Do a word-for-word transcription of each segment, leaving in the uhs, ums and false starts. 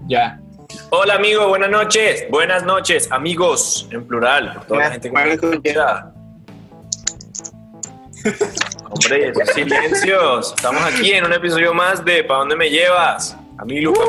Ya. Hola amigos, buenas noches. Buenas noches, amigos, en plural, por toda la gente que me escucha. Hombre, esos silencios. Estamos aquí en un episodio más de ¿Pa' dónde me llevas? A mí, Lucas.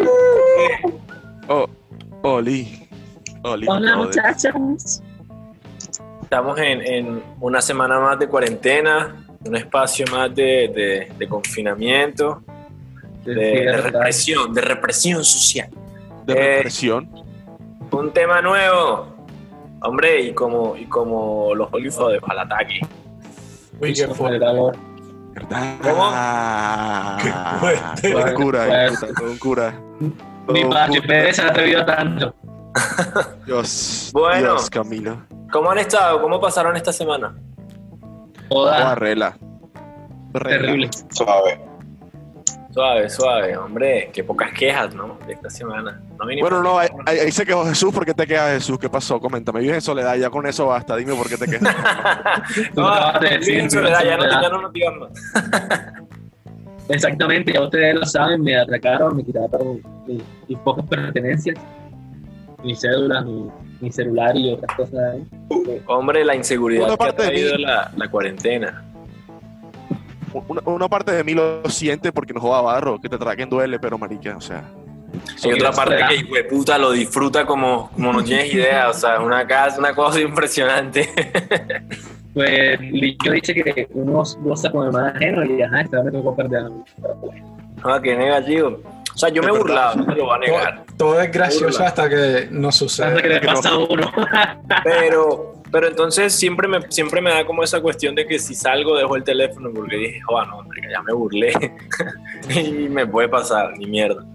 Oh, Oli. Oli. Hola, muchachos. Estamos en, en una semana más de cuarentena, un espacio más de, de, de confinamiento, de, de represión, de represión social. De Eh, represión. Un tema nuevo, hombre, y como, y como los olifos de Palataki. Uy, qué fuerte. ¿Verdad? ¿Cómo? Ah, Qué todo un fuerte. cura, Fuerte. hijo puta, todo un cura. Mi Todo un padre cura. Pérez se ha atrevido tanto. Dios, Bueno. Dios, Camilo. ¿Cómo han estado? ¿Cómo pasaron esta semana? Toda Oh, rela. Rela. terrible. Suave. Suave, suave, hombre, qué pocas quejas, ¿no? De esta semana. No vinimos- Bueno, no, ahí, ahí- ahí se quejó Jesús. ¿Por qué te quejas, Jesús? ¿Qué pasó? Coméntame. Vives en soledad, ya con eso basta. Dime por qué te quejas. Tú No, acabas de decir, en soledad, ya no, soledad. ya no nos digan más. Exactamente, ya ustedes lo saben, me atracaron, me quitaron mis, mis pocas pertenencias, mi cédula, mi, mi celular y otras cosas ahí. Hombre, la inseguridad Una que ha parte de traído mí- la, la cuarentena. Una, una parte de mí lo siente porque no joda barro. Que te traquen duele, pero marica, o sea. Hay otra la parte soledad. que, hijo de puta, lo disfruta como, como no tienes idea. O sea, una, casa, una cosa impresionante. Pues yo dice que uno goza con el más ajeno y ajá, esta vez me tocó perder a mí. Ah, qué negativo. O sea, yo me he Es verdad. burlado, no te lo voy a negar. Todo, todo es gracioso Burla. hasta que no Hasta que sucede. le pasa a uno. Pero, pero entonces siempre me, siempre me da como esa cuestión de que si salgo dejo el teléfono porque dije, joder, no, hombre, ya me burlé. Y me puede pasar, ni mierda.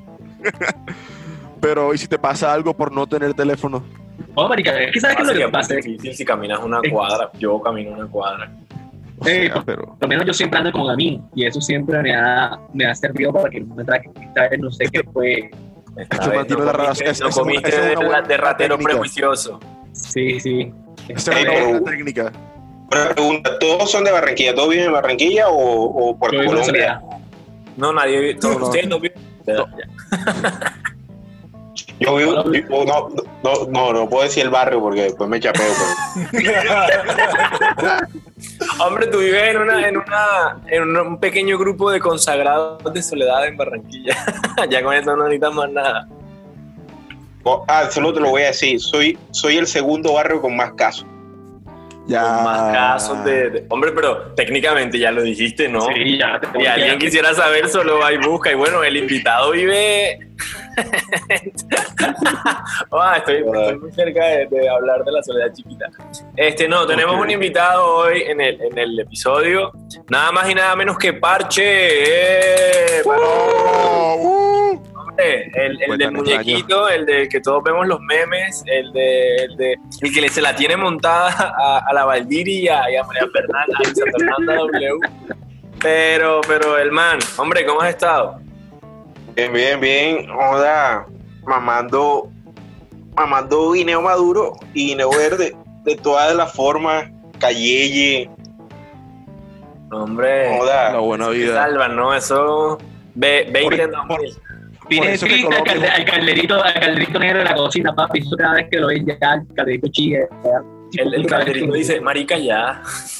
Pero, ¿y si te pasa algo por no tener teléfono? Oh, marica, es que sabes qué es lo Así que que es pasa. muy difícil si caminas una cuadra. Yo camino una cuadra. O Eh, sea, pero. Por lo menos yo siempre ando con a mí y eso siempre me ha, me ha servido para que no me traigan. Esta vez no sé qué fue. Esta Eso vez mantiene no la comiste, razón. Es- no esa es una- comiste esa es de, una la- buena de ratero técnica. prejuicioso. Sí, sí. Esa es una Eh, buena pero- técnica. Una pregunta, ¿todos son de Barranquilla? ¿Todos viven en Barranquilla o, o por Yo vivo en Colombia? soledad. No, nadie. Todos No, no. ustedes no viven. No. Yo vivo, yo- no, no, no, no puedo decir el barrio porque después me chapeo. Pero... Hombre, tú vives en una, en una, en un- un pequeño grupo de consagrados de soledad en Barranquilla. Ya con eso no necesitas más nada. Oh, ah, solo te lo voy a decir, soy, soy el segundo barrio con más casos. Ya. Con más casos de, de- Hombre, pero técnicamente ya lo dijiste, ¿no? Sí, ya. te- Si alguien quisiera saber, solo va y busca. Y bueno, el invitado vive. Ah, estoy, estoy muy cerca de, de hablar de la soledad chiquita. Este, no, tenemos Ok. un invitado hoy en el, en el episodio. Nada más y nada menos que Parche. ¡Eh! Oh, uh. Hombre, el, el Fue del tan muñequito, el de que todos vemos los memes, el de, el de el que le- se la tiene montada a, a la Valdiri y a, y a María Fernanda, a Luisa Fernanda W. Pero, pero el man, hombre, ¿cómo has estado? Bien, bien, bien. Joda, mamando, mamando guineo maduro y guineo verde de todas las formas, cayeye, Hombre, joda. La buena se vida. salvan, ¿no? Eso, ve, veinte en dos mil. Pide Por eso que pide al, Colombia- calde- al calderito, al calderito negro de la cocina, papi. Eso cada vez que lo ves ya, el calderito chigue. El, el calderito dice, marica, ya.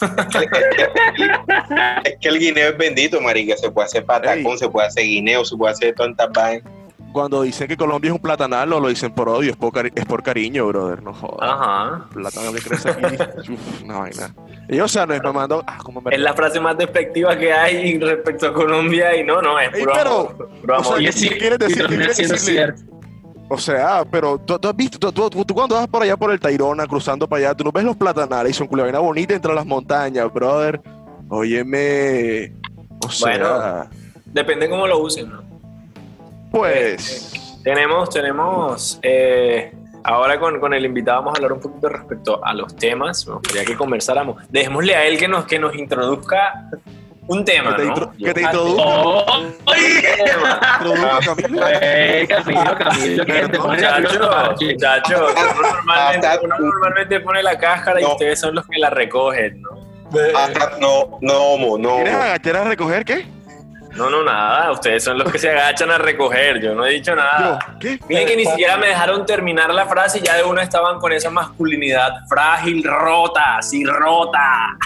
Es que el guineo es bendito, marica. Se puede hacer patacón, Ey. se puede hacer guineo, se puede hacer tantas vainas. Cuando dicen que Colombia es un platanal, no lo dicen por odio, es por, cari- es por cariño, brother. No jodas. Ajá. Plátano que crece aquí. Uf, una vaina. Y o sea, no es mamando. Ah, como me. Es la frase más despectiva que hay respecto a Colombia y no, no, es Ey, puro pero, amor. Puro o sea, amor. Y ¿qué- es sí, qué quieres decir? y termina ¿Qué quieres siendo decirle? cierto. O sea, pero tú, tú has visto, tú, tú- tú cuando vas por allá por el Tayrona, cruzando para allá, tú no ves los platanales y son una vaina bonita entre las montañas, brother. Óyeme. O sea, Bueno. Depende cómo lo usen, ¿no? pues. Tenemos, tenemos, eh, ahora con, con el invitado vamos a hablar un poquito respecto a los temas. Me gustaría que conversáramos. Dejémosle a él que nos, que nos introduzca un tema, Que te ¿no? intro- que te Yo- introduzca. ¡Oh! Introdujo, Camilo. Eh, Camilo, Camilo, que te pone nervioso, Muchachos, Parche. muchachos, uno normalmente, Hasta- uno normalmente pone la cáscara y No. ustedes son los que la recogen, ¿no? De- Ah, no, no homo, no ¿Quieres homo. agachar a recoger qué? No, no, nada. Ustedes son los que se agachan a recoger. Yo no he dicho nada. Yo, ¿qué? Miren que ni siquiera me dejaron terminar la frase y ya de una estaban con esa masculinidad frágil, rota, así rota.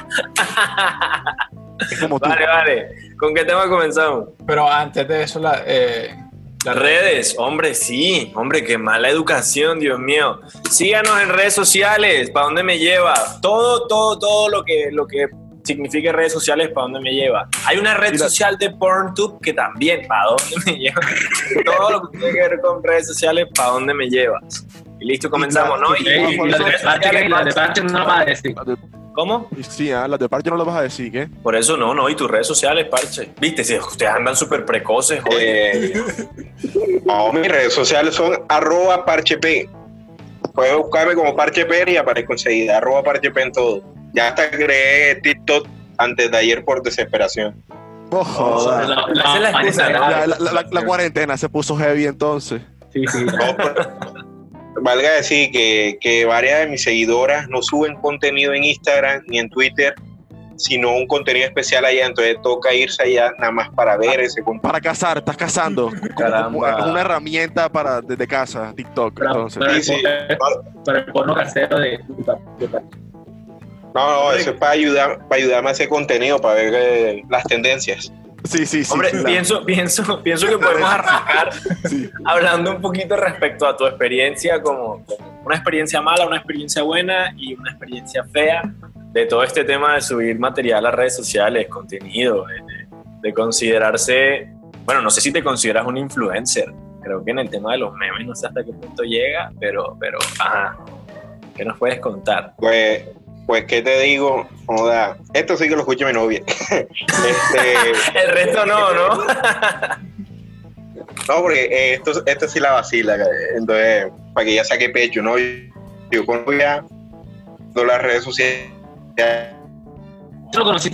Es como tú. Vale, vale. ¿Con qué tema comenzamos? Pero antes de eso, la, eh, Las redes, hombre, sí, hombre, qué mala educación, Dios mío. Síganos en redes sociales, ¿para dónde me lleva? Todo, todo, todo lo que, lo que signifique redes sociales, ¿para dónde me lleva? Hay una red Mira. social de PornTube que también, ¿para dónde me lleva? Todo lo que tiene que ver con redes sociales, ¿para dónde me lleva? Y listo, comenzamos, ¿no? Y, Ey, y- y las de parche, las de parche no va a decir. ¿Cómo? Sí, ah, las de parche no las vas a decir, ¿qué? Por eso no, no, y tus redes sociales, parche. Viste, si ustedes andan súper precoces, joder. Eh, no, mis redes sociales son arroba parchep. Puedes buscarme como parchep y aparezco enseguida. Arroba parchep en todo. Ya hasta creé TikTok antes de ayer por desesperación. Oh, joda. La- la- Esa es la excusa, ¿no? Ya, la, la- la- la cuarentena se puso heavy entonces. Sí, sí. No, pero- valga decir que, que varias de mis seguidoras no suben contenido en Instagram ni en Twitter, sino un contenido especial allá. Entonces toca irse allá nada más para ver ese contenido. Para cazar, estás cazando. Como- Caramba. como- Es una herramienta para desde casa, TikTok. Para, Entonces. para el, Sí, sí. porno- para el porno casero de, de parche. No, no, eso es para ayudar, para ayudarme a hacer contenido, para ver eh, las tendencias. Sí, sí, sí. Hombre, sí, la- pienso, pienso, pienso que podemos arrancar sí. hablando un poquito respecto a tu experiencia, como, como una experiencia mala, una experiencia buena y una experiencia fea de todo este tema de subir material a redes sociales, contenido, de, de- de considerarse, bueno, no sé si te consideras un influencer, creo que en el tema de los memes no sé hasta qué punto llega, pero, pero, ajá, ¿qué nos puedes contar? Pues, pues ¿qué te digo? Joda, esto sí que lo escucha mi novia. este, El resto no, ¿no? no, porque eh, esto, esto sí la vacila. Entonces, para que ella saque pecho, ¿no? Yo con novia, no las redes sociales. Yo lo conocí.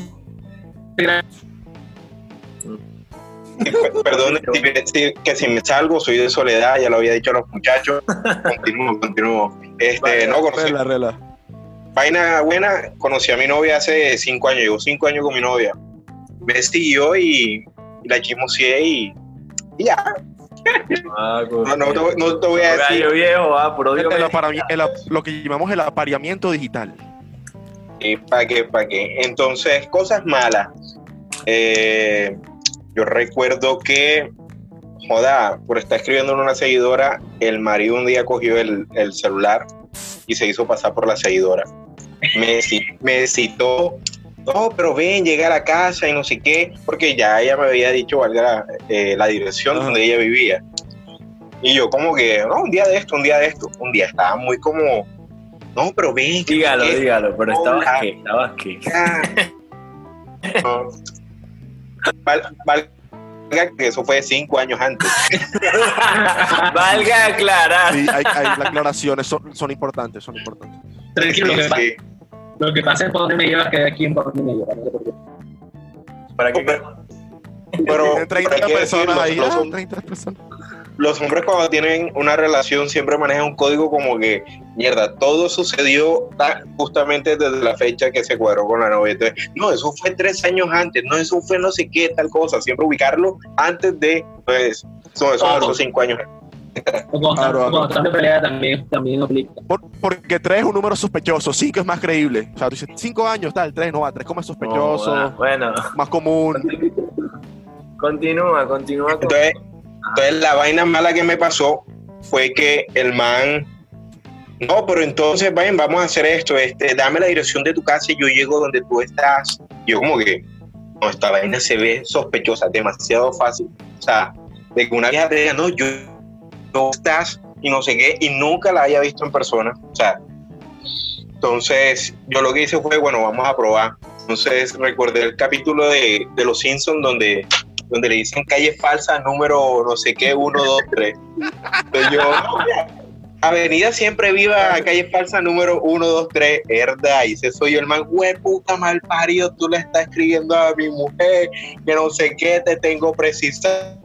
Perdón, si- si- que si me salgo, soy de Soledad, ya lo había dicho a los muchachos. Continúo, continúo. Este, Vale, no, conocí, Rela, rela. vaina buena, conocí a mi novia hace cinco años, llevo cinco años con mi novia. Me siguió y, y la chismoseé y, y ya. Ah, No, no, te- no te voy a decir. Gallo viejo, ah, por odio El me- aparami- el ap- lo que llamamos el apareamiento digital. ¿Para qué? ¿Para qué? Entonces, cosas malas. Eh, yo recuerdo que, joda, por estar escribiendo en una seguidora, el marido un día cogió el, el celular y se hizo pasar por la seguidora. Me, ci- me citó, no, pero ven, llega a la casa y no sé qué, porque ya ella me había dicho, valga, eh, la dirección Ajá. donde ella vivía. Y yo como que, no, un día de esto, un día de esto. Un día estaba muy como, no, pero ven. que no Dígalo, sé qué. dígalo, pero Hola. estabas que, estabas que. No. Val- valga que eso fue cinco años antes. Valga aclarar. Sí, hay, hay- las aclaraciones son, son importantes, son importantes. Tranquilo, lo que, pa- Sí. lo que pasa es por dónde me lleva, que de aquí en por dónde me lleva. No sé por qué. ¿Para qué? Pero Tienen treinta hay que personas decirlo, ahí. los, ah, hom- treinta personas. los hombres cuando tienen una relación siempre manejan un código como que, mierda, todo sucedió ta- justamente desde la fecha que se cuadró con la novia. Entonces, no, eso fue tres años antes, no, eso fue no sé qué, tal cosa. Siempre ubicarlo antes de, pues, son esos Claro. otros cinco años. O cuando, Claro, o cuando claro. están de pelea también, también aplica. Por- porque tres es un número sospechoso, cinco es más creíble. O sea, tú dices cinco años, tal, tres no va, tres como es sospechoso, No, bueno, más común. continúa, continúa. Con... Entonces, entonces, la vaina mala que me pasó fue que el man, no, pero entonces, ven, vamos a hacer esto, este, dame la dirección de tu casa y yo llego donde tú estás. Yo como que, no, esta vaina se ve sospechosa, demasiado fácil. O sea, de que una vieja te diga, no, yo, tú estás y no sé qué, y nunca la haya visto en persona. O sea, entonces yo lo que hice fue, bueno, vamos a probar. Entonces recordé el capítulo de, de Los Simpsons donde, donde le dicen calle falsa número no sé qué, uno, dos, tres. Entonces yo, no, mira, avenida Siempre Viva, calle falsa número uno, dos, tres, herda, y ese soy yo el man, güey, puta mal parido, tú le estás escribiendo a mi mujer, que no sé qué, te tengo precisa.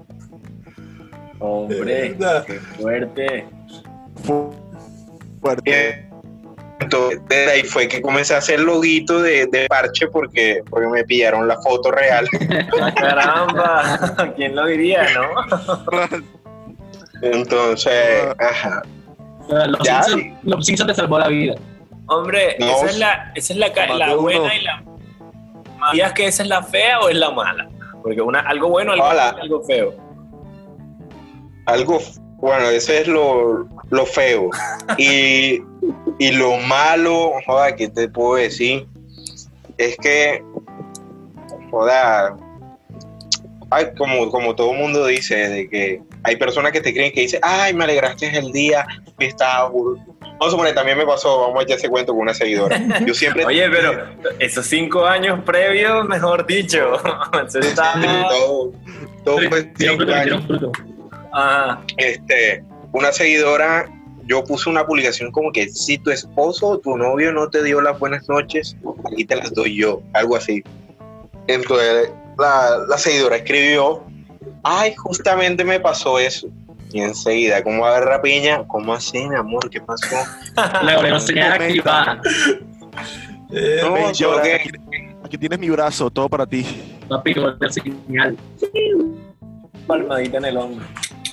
Hombre, qué fuerte. Fu- Fuerte. Eh, entonces desde ahí fue que comencé a hacer loguito de, de parche porque, porque me pillaron la foto real. Ah, caramba, ¿quién lo diría, no? Entonces, ajá. Los Ya, Simpsons, sí. los Simpsons te salvó la vida. Hombre, No, esa es la, esa es la, ca- más la de uno. buena y la... ¿Sabías que esa es la fea o es la mala? Porque una, algo bueno, algo, Hola. algo feo. Algo, bueno, eso es lo, lo feo. Y, y lo malo, joda, ¿qué te puedo decir? Es que, joda, ay, como, como todo el mundo dice, de que hay personas que te creen que dicen, ay, me alegraste el día, que estaba... Vamos a suponer, también me pasó, vamos a echar ese cuento con una seguidora. Yo siempre... Oye, pero esos cinco años previos, mejor dicho. Eso está... todo, todo fue Dieron cinco fruto, años. dieron fruto. Ajá. Este, una seguidora, yo puse una publicación como que si tu esposo o tu novio no te dio las buenas noches, aquí te las doy yo, algo así. Entonces la, la seguidora escribió, ay, justamente me pasó eso. Y enseguida, ¿cómo agarra piña? ¿Cómo así, mi amor? ¿Qué pasó? Le le señal activada. No, Ven, solo llora, que- aquí, aquí tienes mi brazo, todo para ti. Papi, con la señal. Palmadita en el hombro.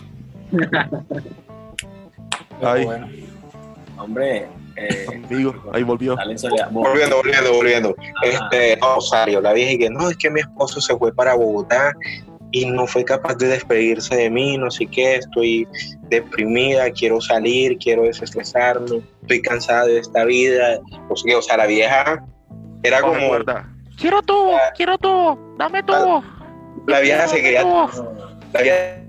Pero Ay. bueno. Hombre, eh, Amigo, ahí volvió. dale en soledad. Volviendo, volviendo, volviendo. Ajá. Este, no, Rosario, la dije que no, es que mi esposo se fue para Bogotá y no fue capaz de despedirse de mí, no sé qué, estoy deprimida, quiero salir, quiero desestresarme, estoy cansada de esta vida. O sea, o sea la vieja era Oh, como, recuerda. Quiero tú, quiero tú, dame tú. la vieja se quería, Dame la vieja-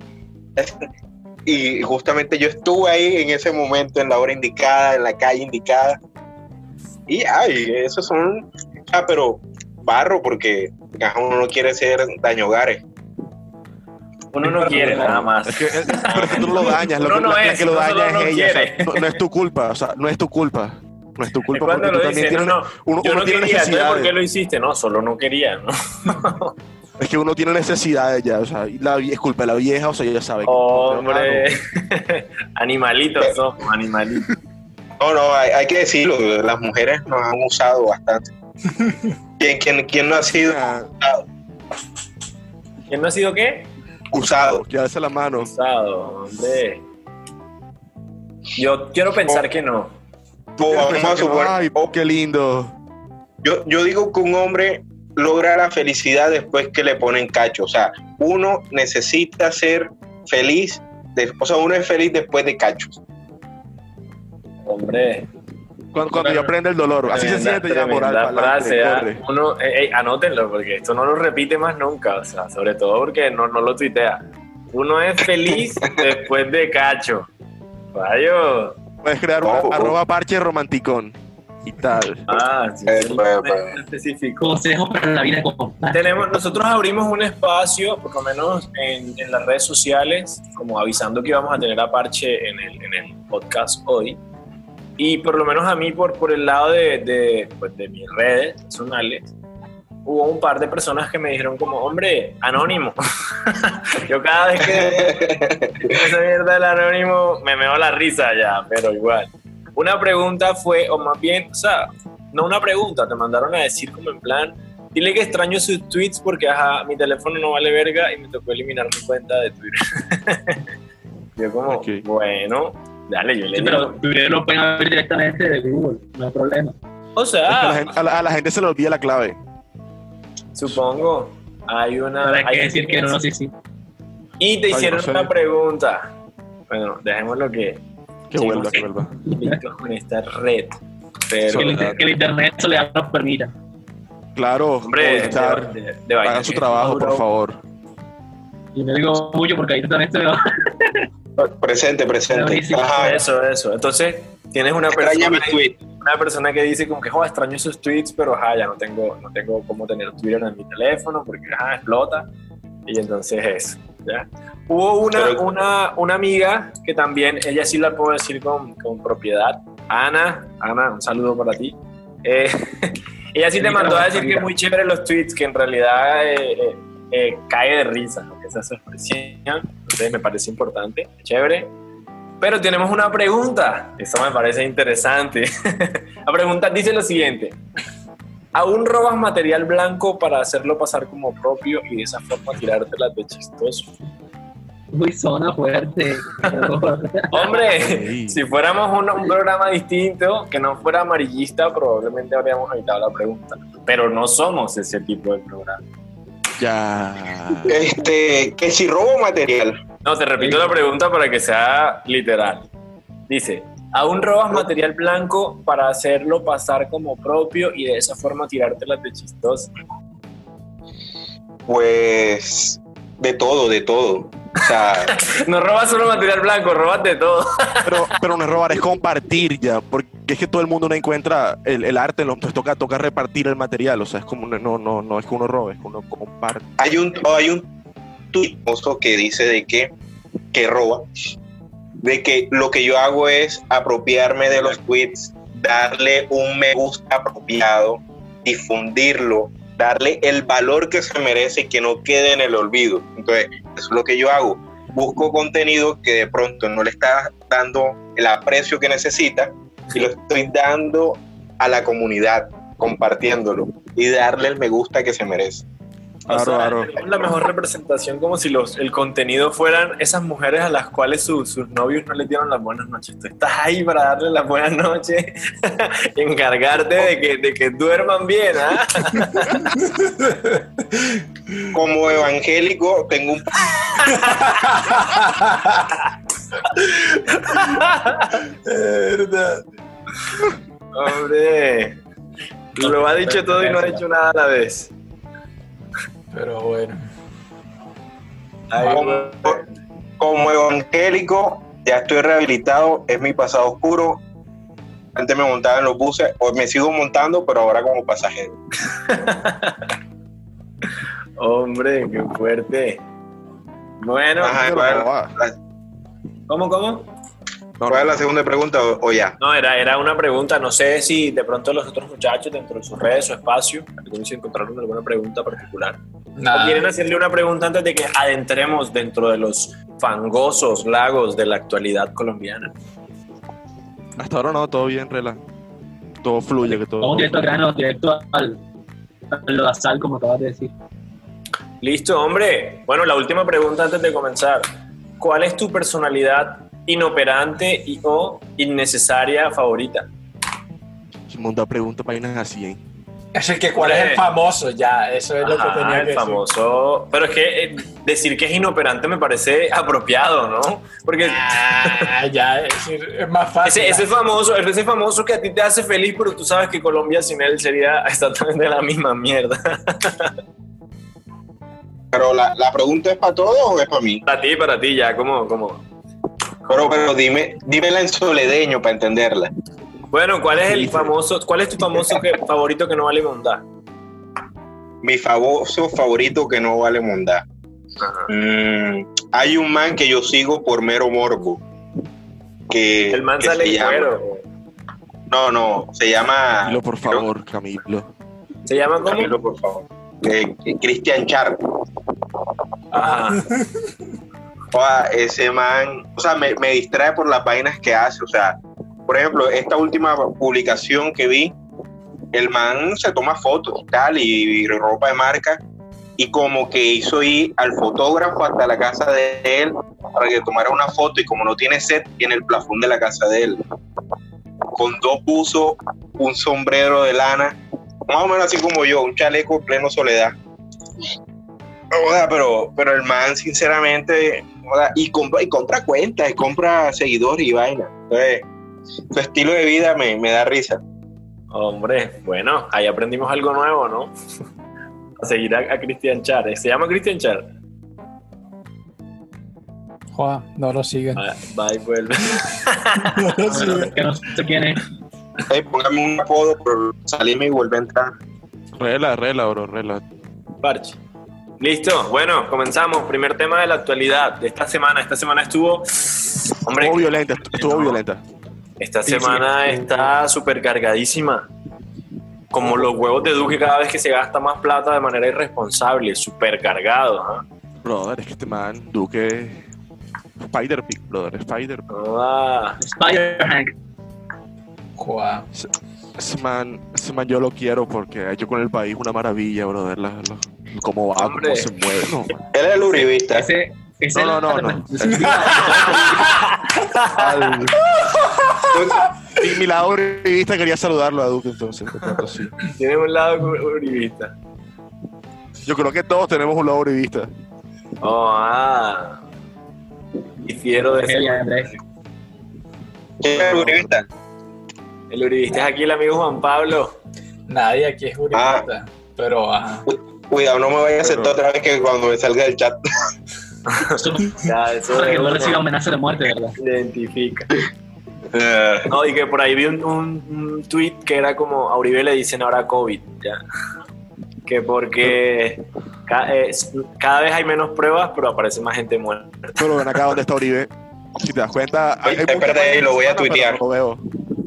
y justamente yo estuve ahí en ese momento, en la hora indicada, en la calle indicada, y ay, esos son, ah, pero barro, porque ajá, uno no quiere ser daño hogares. Uno no quiere nada más. Es que, es- pero es que tú no lo dañas, lo Uno que, no la, la es, que lo uno daña solo es no ella, o sea, quiere. no, no es tu culpa, o sea, no es tu culpa, no es tu Es culpa cuando porque lo tú también dice, no, tienes, no, uno, yo uno no tiene quería, entonces ¿por necesidades, qué lo hiciste? No, solo no quería, ¿no? es que uno tiene necesidades ya, o sea, y la, vie- es culpa de la vieja, o sea, ella sabe. que- Hombre, animalitos somos, animalitos. No, no, hay, hay que decirlo, las mujeres nos han usado bastante. ¿Quién, quién, quién no ha sido Ah, ¿Quién no ha sido qué? usado? que alza la mano. Usado, hombre. Yo quiero pensar Oh. que no. O vamos a Pensar que no, suponer- ay, o- qué lindo. yo, yo digo que un hombre logra la felicidad después que le ponen cacho. O sea, uno necesita ser feliz, de- o sea, uno es feliz después de cachos. Hombre. Cuando, cuando ya aprende el dolor, así se Tremenda- siente ya moral. tremenda pa'lante, frase, ¿ah? corre. Uno, eh, eh, anótenlo, porque esto no lo repite más nunca. O sea, sobre todo porque no, no lo tuitea. Uno es feliz después de cacho. Rayo. Puedes crear Oh, una oh. arroba parche romanticón y tal. Ah, sí, Eh, sí, pues, no pues. es específico. Consejo para la vida con Tenemos, nosotros abrimos un espacio, por lo menos en, en las redes sociales, como avisando que íbamos a tener a Parche en el, en el podcast hoy. Y por lo menos a mí, por, por el lado de, de, pues, de mis redes personales, hubo un par de personas que me dijeron como, hombre, anónimo. Yo cada vez que esa mierda del anónimo me meo la risa ya, pero igual. Una pregunta fue, o más bien, o sea, no una pregunta, te mandaron a decir como en plan, dile que extraño sus tweets porque, ajá, mi teléfono no vale verga y me tocó eliminar mi cuenta de Twitter. Yo como, Ok. bueno, dale, yo le Sí, digo. pero primero lo pueden abrir directamente de Google, no hay problema. O Es que a, la sea, gente, a, la, a la gente se le olvida la clave. supongo, hay una... Ahora hay hay que decir que no, sí, sí. Y te Ay, hicieron no sé. una pregunta. Bueno, dejémoslo que Que Sí, vuelva, sí. que vuelva. listo con esta red. Pero, Que el, que el internet eso le da nos permita. Claro, hombre, estar, de, de, de vaina hagan su que trabajo, duro. por favor. Y no digo mucho porque ahí también se me va. Presente, presente. Ajá. Eso, eso. Entonces, tienes una Extraña persona, mi tweet. una persona que dice como que, joder, extraño esos tweets, pero ajá, ya no tengo, no tengo cómo tener Twitter en mi teléfono porque ajá, explota. Y entonces eso, ¿ya? Hubo una, Pero- una, una amiga que también, ella sí la puedo decir con, con propiedad. Ana, Ana, un saludo para ti. Eh, ella sí te mandó a decir que es muy chévere los tweets, que en realidad eh, eh, eh, cae de risa, lo que es esa expresión. Entonces me parece importante, chévere. Pero tenemos una pregunta. Eso me parece interesante. La pregunta dice lo siguiente. ¿Aún robas material blanco para hacerlo pasar como propio y de esa forma tirártelas de chistoso? Uy, zona fuerte. Hombre, Sí. si fuéramos un, un programa distinto, que no fuera amarillista, probablemente habríamos evitado la pregunta. Pero no somos ese tipo de programa. Ya. Este, que si robo material. No, te repito la pregunta para que sea literal. Dice, ¿aún robas material blanco para hacerlo pasar como propio y de esa forma tirártelas de chistoso? Pues de todo, de todo. O sea, No robas solo material blanco, robas de todo. Pero, pero no es robar, es compartir ya, porque es que todo el mundo no encuentra el, el arte, lo- entonces toca, toca repartir el material, o sea, es como, no, no, no es que uno robe, es que uno comparte. hay un, hay un tuit famoso que dice de que, que roba, de que lo que yo hago es apropiarme de los tweets, darle un me gusta apropiado, difundirlo, darle el valor que se merece y que no quede en el olvido. Entonces, eso es lo que yo hago. Busco contenido que de pronto no le está dando el aprecio que necesita y lo estoy dando a la comunidad, compartiéndolo y darle el me gusta que se merece. O Claro, sea, claro. tenemos la mejor representación, como si los, el contenido fueran esas mujeres a las cuales su- sus novios no les dieron las buenas noches. Tú estás ahí para darles las buenas noches y encargarte de que, de que duerman bien, ¿ah? Como evangélico tengo un Verdad. Hombre, lo ha dicho todo y no ha dicho nada a la vez. Pero bueno. Ay, como, como evangélico, ya estoy rehabilitado, es mi pasado oscuro. Antes me montaba en los buses, o me sigo montando, pero ahora como pasajero. hombre, qué fuerte. Bueno, Ajá, no, ¿cuál, no, va. la- ¿cómo, cómo? No, cuál es no, la segunda pregunta o, o ya? No, era, era una pregunta, no sé si de pronto los otros muchachos dentro de sus redes, su espacio, algunos se encontraron alguna pregunta particular. ¿O Nada. quieren hacerle una pregunta antes de que adentremos dentro de los fangosos lagos de la actualidad colombiana? hasta ahora no, todo bien, rela. Todo fluye, que todo. Vamos directo al grano, directo al, al lodazal, como acabas de decir. Listo, hombre. Bueno, la última pregunta antes de comenzar. ¿Cuál es tu personalidad inoperante y o innecesaria favorita? Manda preguntas vainas así, ¿eh? Es el que cuál es el famoso, ya, eso es lo Ajá, que tenía el que decir. famoso. Pero es que eh, decir que es inoperante me parece apropiado, ¿no? Porque Ah, ya, es, decir, es más fácil. ese, ese famoso, ese famoso que a ti te hace feliz, pero tú sabes que Colombia sin él sería exactamente la misma mierda. Pero la, la pregunta es para todos o es para mí. Para ti, para ti, ya, como, como. Pero, pero dime, dímela en soledeño para entenderla. Bueno, ¿cuál es el Sí. famoso, cuál es tu famoso que, favorito que no vale mondá? Mi famoso favorito que no vale mondá. Mm, hay un man que yo sigo por mero morbo. Que, El man que sale se en llama- cuero. No, no, se llama. Camilo, por favor, Camilo. ¿Se llama cómo? Camilo, por favor. Eh, eh, Cristian Char. Ajá. Joda, ese man, o sea, me, me distrae por las vainas que hace. O sea, por ejemplo, esta última publicación que vi, el man se toma fotos y tal, y, y ropa de marca, y como que hizo ir al fotógrafo hasta la casa de él para que tomara una foto, y como no tiene set, tiene el plafón de la casa de él. Con dos buzos, un sombrero de lana, más o menos así como yo, un chaleco en pleno soledad. Joda, pero, pero el man, sinceramente, joda, y compra, y compra cuentas, y compra seguidores y vaina. Entonces, su estilo de vida me, me da risa. Hombre, bueno, ahí aprendimos algo nuevo, ¿no? A seguir a, a Cristian Char. ¿Se llama Cristian Char? Juan, no lo siguen. Va, va y vuelve. No lo Bueno, siguen. es que no sé quién es. Ey, póngame un apodo por salirme y volver a entrar. Rela, rela, bro, rela. Parche. Listo, bueno, comenzamos. Primer tema de la actualidad de esta semana. Esta semana estuvo. Hombre, Estuvo violenta, estuvo no. violenta. esta Sí, semana sí. está súper cargadísima. Como los huevos de Duque cada vez que se gasta más plata de manera irresponsable, súper cargado. ¿Ah? Brother, es que este man, Duque, Spider-Pig, brother, Spider-Pig. Ah, Spider-Hank. Joa. Ese man, ese man yo lo quiero porque ha hecho con el país una maravilla, brother. La, la- cómo va, Hombre. cómo se mueve. No, man. Él es el uribista. Ese, ese No, no, no, no. Al- mi, mi lado uribista quería saludarlo a Duque, entonces. de pronto sí. tiene un lado uribista. Yo creo que todos tenemos un lado uribista. Oh, ah. Difiero de Heavy, ese. Andrés. ¿Quién es el uribista? El uribista es aquí el amigo Juan Pablo. Nadie aquí es uribista. Pero, ajá. Cuidado, no me vaya a aceptar Pero- otra vez que cuando me salga del chat. Eso- Ya, eso Para es que no uno. reciba amenaza de muerte, ¿verdad? Identifica. No, y que por ahí vi un, un, un tweet que era como a Uribe le dicen ahora COVID, ya. Que porque ca- eh, cada vez hay menos pruebas, pero aparece más gente muerta. Pero ven acá donde está Uribe. Si te das cuenta, hay, hay Espérate mucha ahí, lo voy a gente, pero tuitear. no lo veo.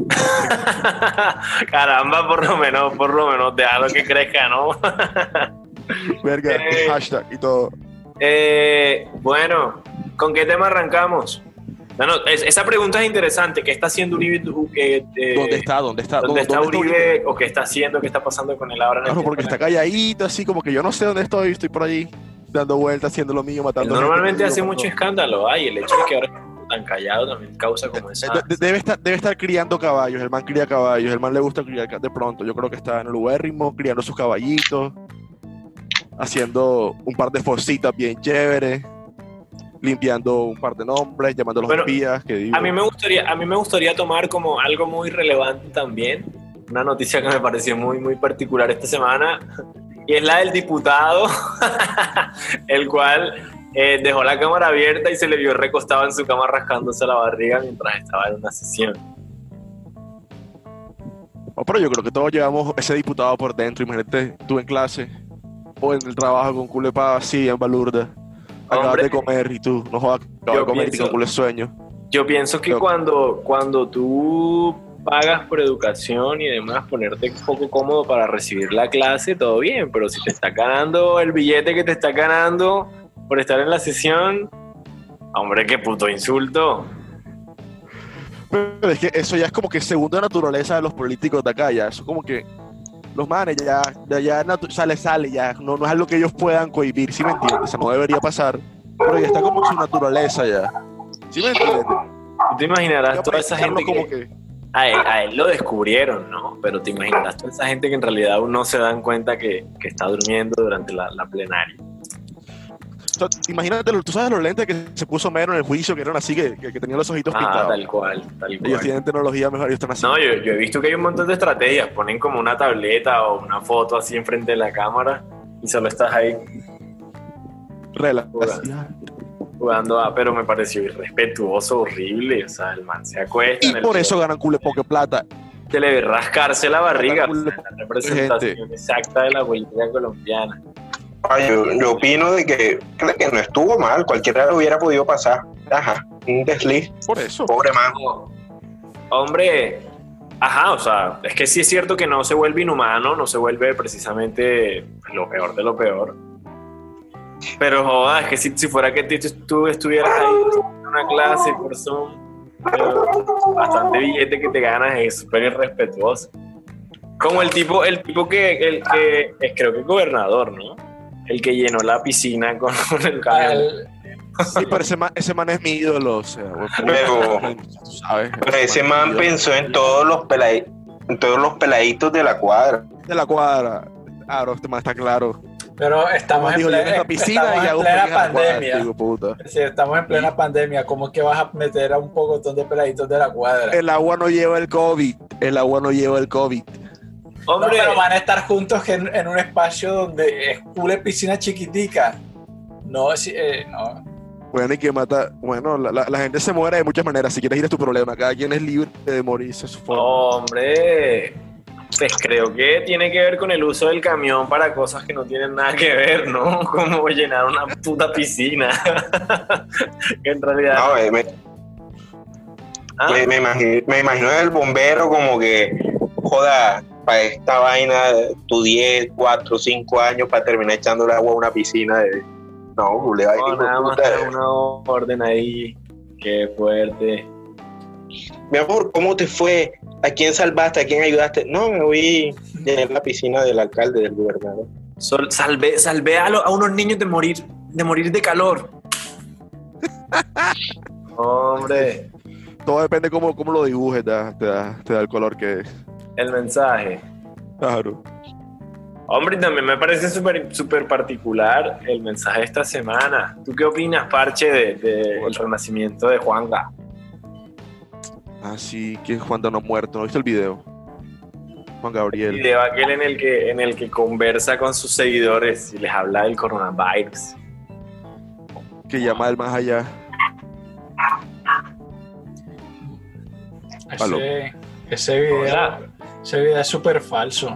Caramba, por lo menos, por lo menos, déjalo que crezca, ¿no? Verga, Eh. hashtag y todo. Eh, bueno, ¿con qué tema arrancamos? Bueno, es- esa pregunta es interesante. ¿Qué está haciendo Uribe? Eh, eh, ¿Dónde está? ¿Dónde está? ¿Dónde está ¿Dónde Uribe? ¿O qué está haciendo? ¿Qué está pasando con él ahora? en el Claro, tiempo? porque está calladito, así como que yo no sé dónde estoy, estoy por ahí dando vueltas, haciendo lo mío, Él matando. normalmente gente, hace digo, mucho no. escándalo. Ay, el hecho de que ahora esté tan callado también causa como esa... Eh, de- Debe estar, debe estar criando caballos, el man cría caballos, el man le gusta criar ca- de pronto, yo creo que está en el ubérrimo, criando sus caballitos, haciendo un par de fositas bien chéveres, limpiando un par de nombres, llamando a los Bueno, espías, que digo. A mí me gustaría, a mí me gustaría tomar como algo muy relevante también, una noticia que me pareció muy, muy particular esta semana, y es la del diputado, el cual eh, dejó la cámara abierta y se le vio recostado en su cama rascándose la barriga mientras estaba en una sesión. Oh, pero yo creo que todos llevamos ese diputado por dentro, imagínate tú en clase, o en el trabajo con culo de pava así, en balurda, acabas Hombre, de comer y tú, no jodas, acabas yo de comer y pienso- con culo de sueño. Yo pienso que Yo- cuando, cuando tú pagas por educación y demás, ponerte un poco cómodo para recibir la clase, todo bien, pero si te está ganando el billete que te está ganando por estar en la sesión, hombre, qué puto insulto. Pero es que eso ya es como que segunda naturaleza de los políticos de acá, ya, eso como que los manes ya, ya, ya natu- sale, sale, ya, no, no es algo que ellos puedan cohibir, ¿sí me entiendes? O sea, no debería pasar, pero ya está como su naturaleza ya, ¿sí me entiendes? Tú te imaginarás Ya toda esa practicarlo gente como que... que... A él, a él lo descubrieron, ¿no? Pero te imaginarás toda esa gente que en realidad aún no se dan cuenta que, que está durmiendo durante la, la plenaria. O sea, imagínate, tú sabes los lentes que se puso Mero en el juicio, que eran así, que, que, que tenían los ojitos Ah, pintados. tal cual, tal Ellos cual. tienen tecnología mejor, ellos están así. No, yo, yo he visto que hay un montón de estrategias. Ponen como una tableta o una foto así enfrente de la cámara y solo estás ahí Relax. Jugando. jugando a... Pero me pareció irrespetuoso, horrible. O sea, el man se acuesta Y en el por eso ganan culo de poca plata. que le ve rascarse la barriga. Ganan O culo sea, de la representación exacta de la política colombiana. Ay, yo, yo opino de que, creo que no estuvo mal, cualquiera lo hubiera podido pasar. Ajá, un desliz, Por eso. pobre man. Hombre, ajá, o sea, es que sí es cierto que no se vuelve inhumano, no se vuelve precisamente lo peor de lo peor. Pero joda, es que si, si fuera que tú, tú estuvieras ahí en una clase por Zoom, pero bastante billete que te ganas es súper irrespetuoso. Como el tipo, el tipo que, el que es creo que es gobernador, ¿no? El que llenó la piscina con, con el camión. Al- Sí, pero ese man, ese man es mi ídolo, o sea, bueno, Pero- tú sabes. Pero ese man es mi ídolo. pensó en todos los peladitos, en todos los peladitos de la cuadra. De la cuadra. Claro, este man está claro. pero estamos en, Dijo, yo en plena, esta piscina estamos y en hago plena feliz a la cuadra, pandemia. digo, puta. Sí, estamos en plena pandemia. ¿Cómo es que vas a meter a un pocotón de peladitos de la cuadra? El agua no lleva el COVID. El agua no lleva el COVID. No, Hombre, pero van a estar juntos en, en un espacio donde es cule piscina chiquitica. No, sí, eh, no. Bueno, y que mata. Bueno, la, la, la gente se muere de muchas maneras. Si quieres ir es tu problema. Cada quien es libre de morirse a su forma. hombre, pues creo que tiene que ver con el uso del camión para cosas que no tienen nada que ver, ¿no? Como llenar una puta piscina. Que en realidad... No, eh, me, Ah, me, me imagino, me imagino el bombero como que, joda, para esta vaina, tú diez, cuatro, cinco años para terminar echándole agua a una piscina de... No, le va a no, ir, hijo de nada más puta. era una orden ahí Qué fuerte. Mi amor, ¿cómo te fue? ¿A quién salvaste? ¿A quién ayudaste? No, me voy en la piscina del alcalde, del gobernador. Sol- salvé salvé a, lo- a unos niños de morir, de morir de calor. Hombre, Todo depende cómo, cómo lo dibujes, te da, te, da, te da el color que es. el mensaje. Claro. Hombre, también me parece súper súper particular el mensaje de esta semana. ¿Tú qué opinas, Parche, del de, el renacimiento de Juanga? Ah, sí, que Juan no ha muerto. ¿No viste el video? Juan El Gabriel. video aquel en el que en el que conversa con sus seguidores y les habla del coronavirus. Que llama del más allá. Aló. Ese, ese video, Hola. ese video es súper falso.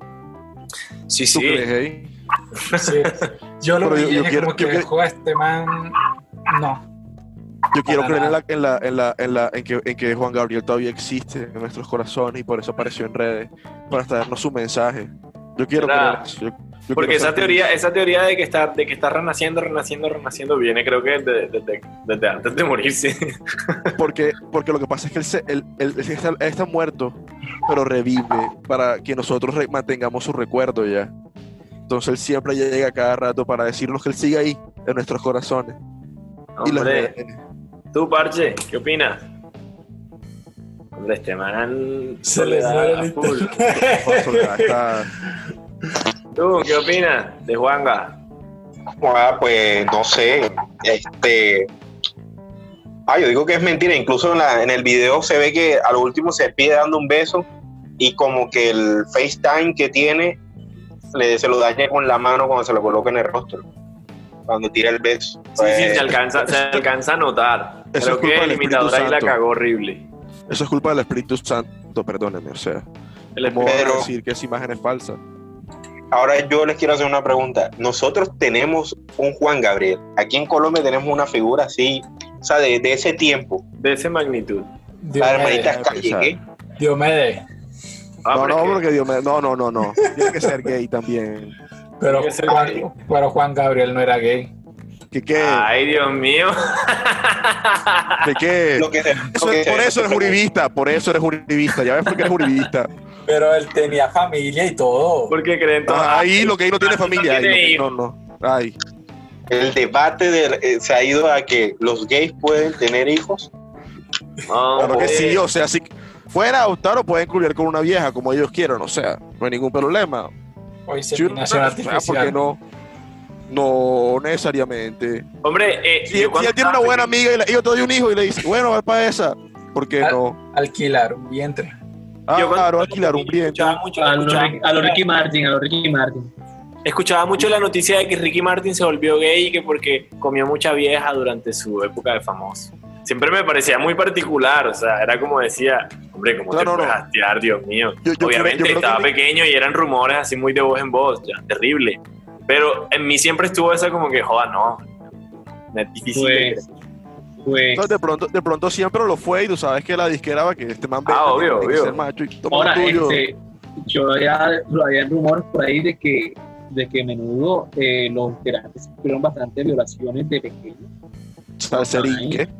Sí, ¿Tú sí. crees, eh? Sí. Yo lo Pero vi yo- y yo dije quiero- como que yo quiero- dejó a este man. No. Yo quiero Para creer en, la, nada. en, la, en, la, en, la, en, que, en que Juan Gabriel todavía existe en nuestros corazones y por eso apareció en redes para traernos su mensaje. Yo quiero ¿Será? creer eso. Yo, yo Porque quiero esa ser teoría, feliz. esa teoría de que está, de que está renaciendo, renaciendo, renaciendo, viene creo que desde, desde, desde antes de morirse. Porque, porque lo que pasa es que él, se- él, él- él está, él está muerto, pero revive para que nosotros re- mantengamos su recuerdo ya. Entonces él siempre llega cada rato para decirnos que él sigue ahí, en nuestros corazones. Y los Hombre, rehenes. tú, Parche, ¿qué opinas? Hombre, este man Se le soledad muere a el full. internet. Juan Soledad está- ¿Tú qué opinas de Juanga? Ah, pues no sé. Este. Ah, yo digo que es mentira. Incluso en, la, en el video se ve que a lo último se despide dando un beso y como que el FaceTime que tiene le, se lo daña con la mano cuando se lo coloca en el rostro. Cuando tira el beso. Sí, Pues, sí, se alcanza, se alcanza a notar. Eso Creo es culpa que el del Espíritu imitador ahí la Santo. cagó horrible. Eso es culpa del Espíritu Santo, perdónenme, o sea. El ¿Cómo van a Pero- decir que esa imagen es falsa? Ahora yo les quiero hacer una pregunta. Nosotros tenemos un Juan Gabriel. Aquí en Colombia tenemos una figura así, o sea, de, de ese tiempo. de esa magnitud. La hermanita Diomedes. Calle, ¿qué? Diomedes. Ah, no, pero no, es que- porque Dios me... No, no, no, no. Tiene que ser gay también. Pero Tiene que ser Juan, gay. pero Juan Gabriel no era gay. ¿Qué qué? Ay, Dios mío. ¿Qué qué? Lo que se- Eso lo que es- se- por eso eres uribista, por eso eres uribista. Ya ves por qué eres uribista. Pero él tenía familia y todo. Porque creen todos. Ah, ahí lo que ahí no tiene Ah, no familia. Ahí, tiene lo que- hijos. no, no. Ay. El debate de- eh, se ha ido a que los gays pueden tener hijos. Claro Hombre. que sí, o sea, si pueden adoptar o pueden culiar con una vieja como ellos quieran, o sea, no hay ningún problema. O Si uno- inseminación o sea, ¿por qué artificial. no? No necesariamente. Hombre, eh, Si, yo si cuando él tiene una estaba buena pequeño- amiga y, le- y yo te doy un hijo y le dice, bueno, va para esa, ¿por qué Ah, no? Alquilar un vientre. Ah, yo cuando claro, estaba alquilar un pequeño vientre. escuchaba mucho, A los escuchaba, Rick- a los Ricky Martin, a los Ricky Martin. escuchaba mucho la noticia de que Ricky Martin se volvió gay y que porque comió mucha vieja durante su época de famoso. Siempre me parecía muy particular, o sea, era como decía, hombre, ¿cómo No, te no, puedes no. hastear, Dios mío? Yo- yo Obviamente creo- yo creo estaba que- pequeño y eran rumores así muy de voz en voz, ya, terrible. Pero en mí siempre estuvo esa como que, joda, no, es difícil. de Pues, creer. pues, Entonces, de pronto, de pronto siempre lo fue y tú sabes que la disquera va que este man Ah, vende, obvio, tiene que obvio. ser macho y toma ahora, lo tuyo. este, yo ya lo había rumores por ahí de que, de que menudo eh, los integrantes sufrieron bastantes violaciones de pequeños. Salserín, ¿qué?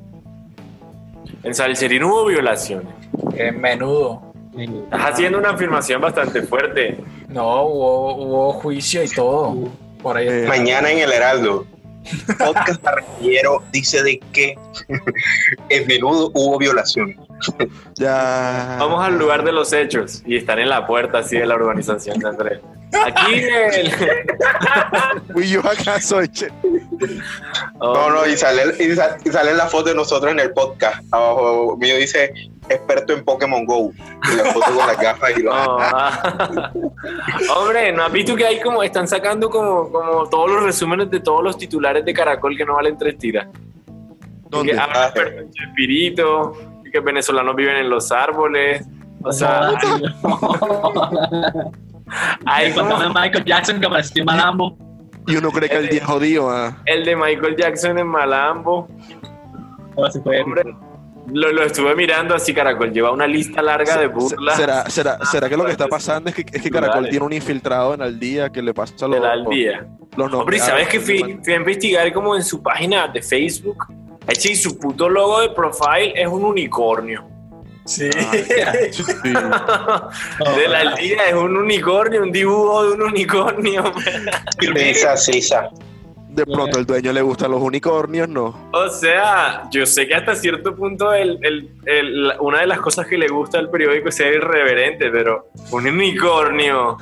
En Salserín hubo violaciones. En menudo. Menudo. Estás haciendo una afirmación bastante fuerte. No, hubo, hubo juicio y todo. Por ahí. Eh, Mañana en el Heraldo. Podcast Arrillero dice de que en menudo hubo violación. Ya. Vamos al lugar de los hechos y están en la puerta así de la urbanización de Andrés. Aquí el... Fui yo acaso, che. No, no, y sale, y sa- y sale la foto de nosotros en el podcast. Abajo mío dice experto en Pokémon Go. Y la foto con las gafas y los. No, ah. Hombre, ¿no has visto que hay como, están sacando como, como todos los resúmenes de todos los titulares de Caracol que no valen tres tiras? ¿Dónde? Que hablan expertos en Chespirito, que venezolanos viven en los árboles. O sea, Ay, no. hay El fantasma como de Michael Jackson que apareció en Malambo. Y uno cree que el día es jodido, ah. el de Michael Jackson en Malambo. Ahora se fue. Hombre, lo, lo estuve mirando así, Caracol lleva una lista larga de burlas. ¿Será, será, ¿Será que lo que está pasando es que, es que Caracol Dale. tiene un infiltrado en Al Día que le pasa a los, del al día. los Hombre, ¿y nombres? sabes que fui, fui a investigar como en su página de Facebook Ay, sí, su puto logo de profile es un unicornio. Sí. Sí. De la aldea es un unicornio, un dibujo de un unicornio. Sisa, sisa. De pronto el dueño le gustan los unicornios, ¿no? O sea, yo sé que hasta cierto punto el, el, el, una de las cosas que le gusta al periódico es ser irreverente, pero un unicornio.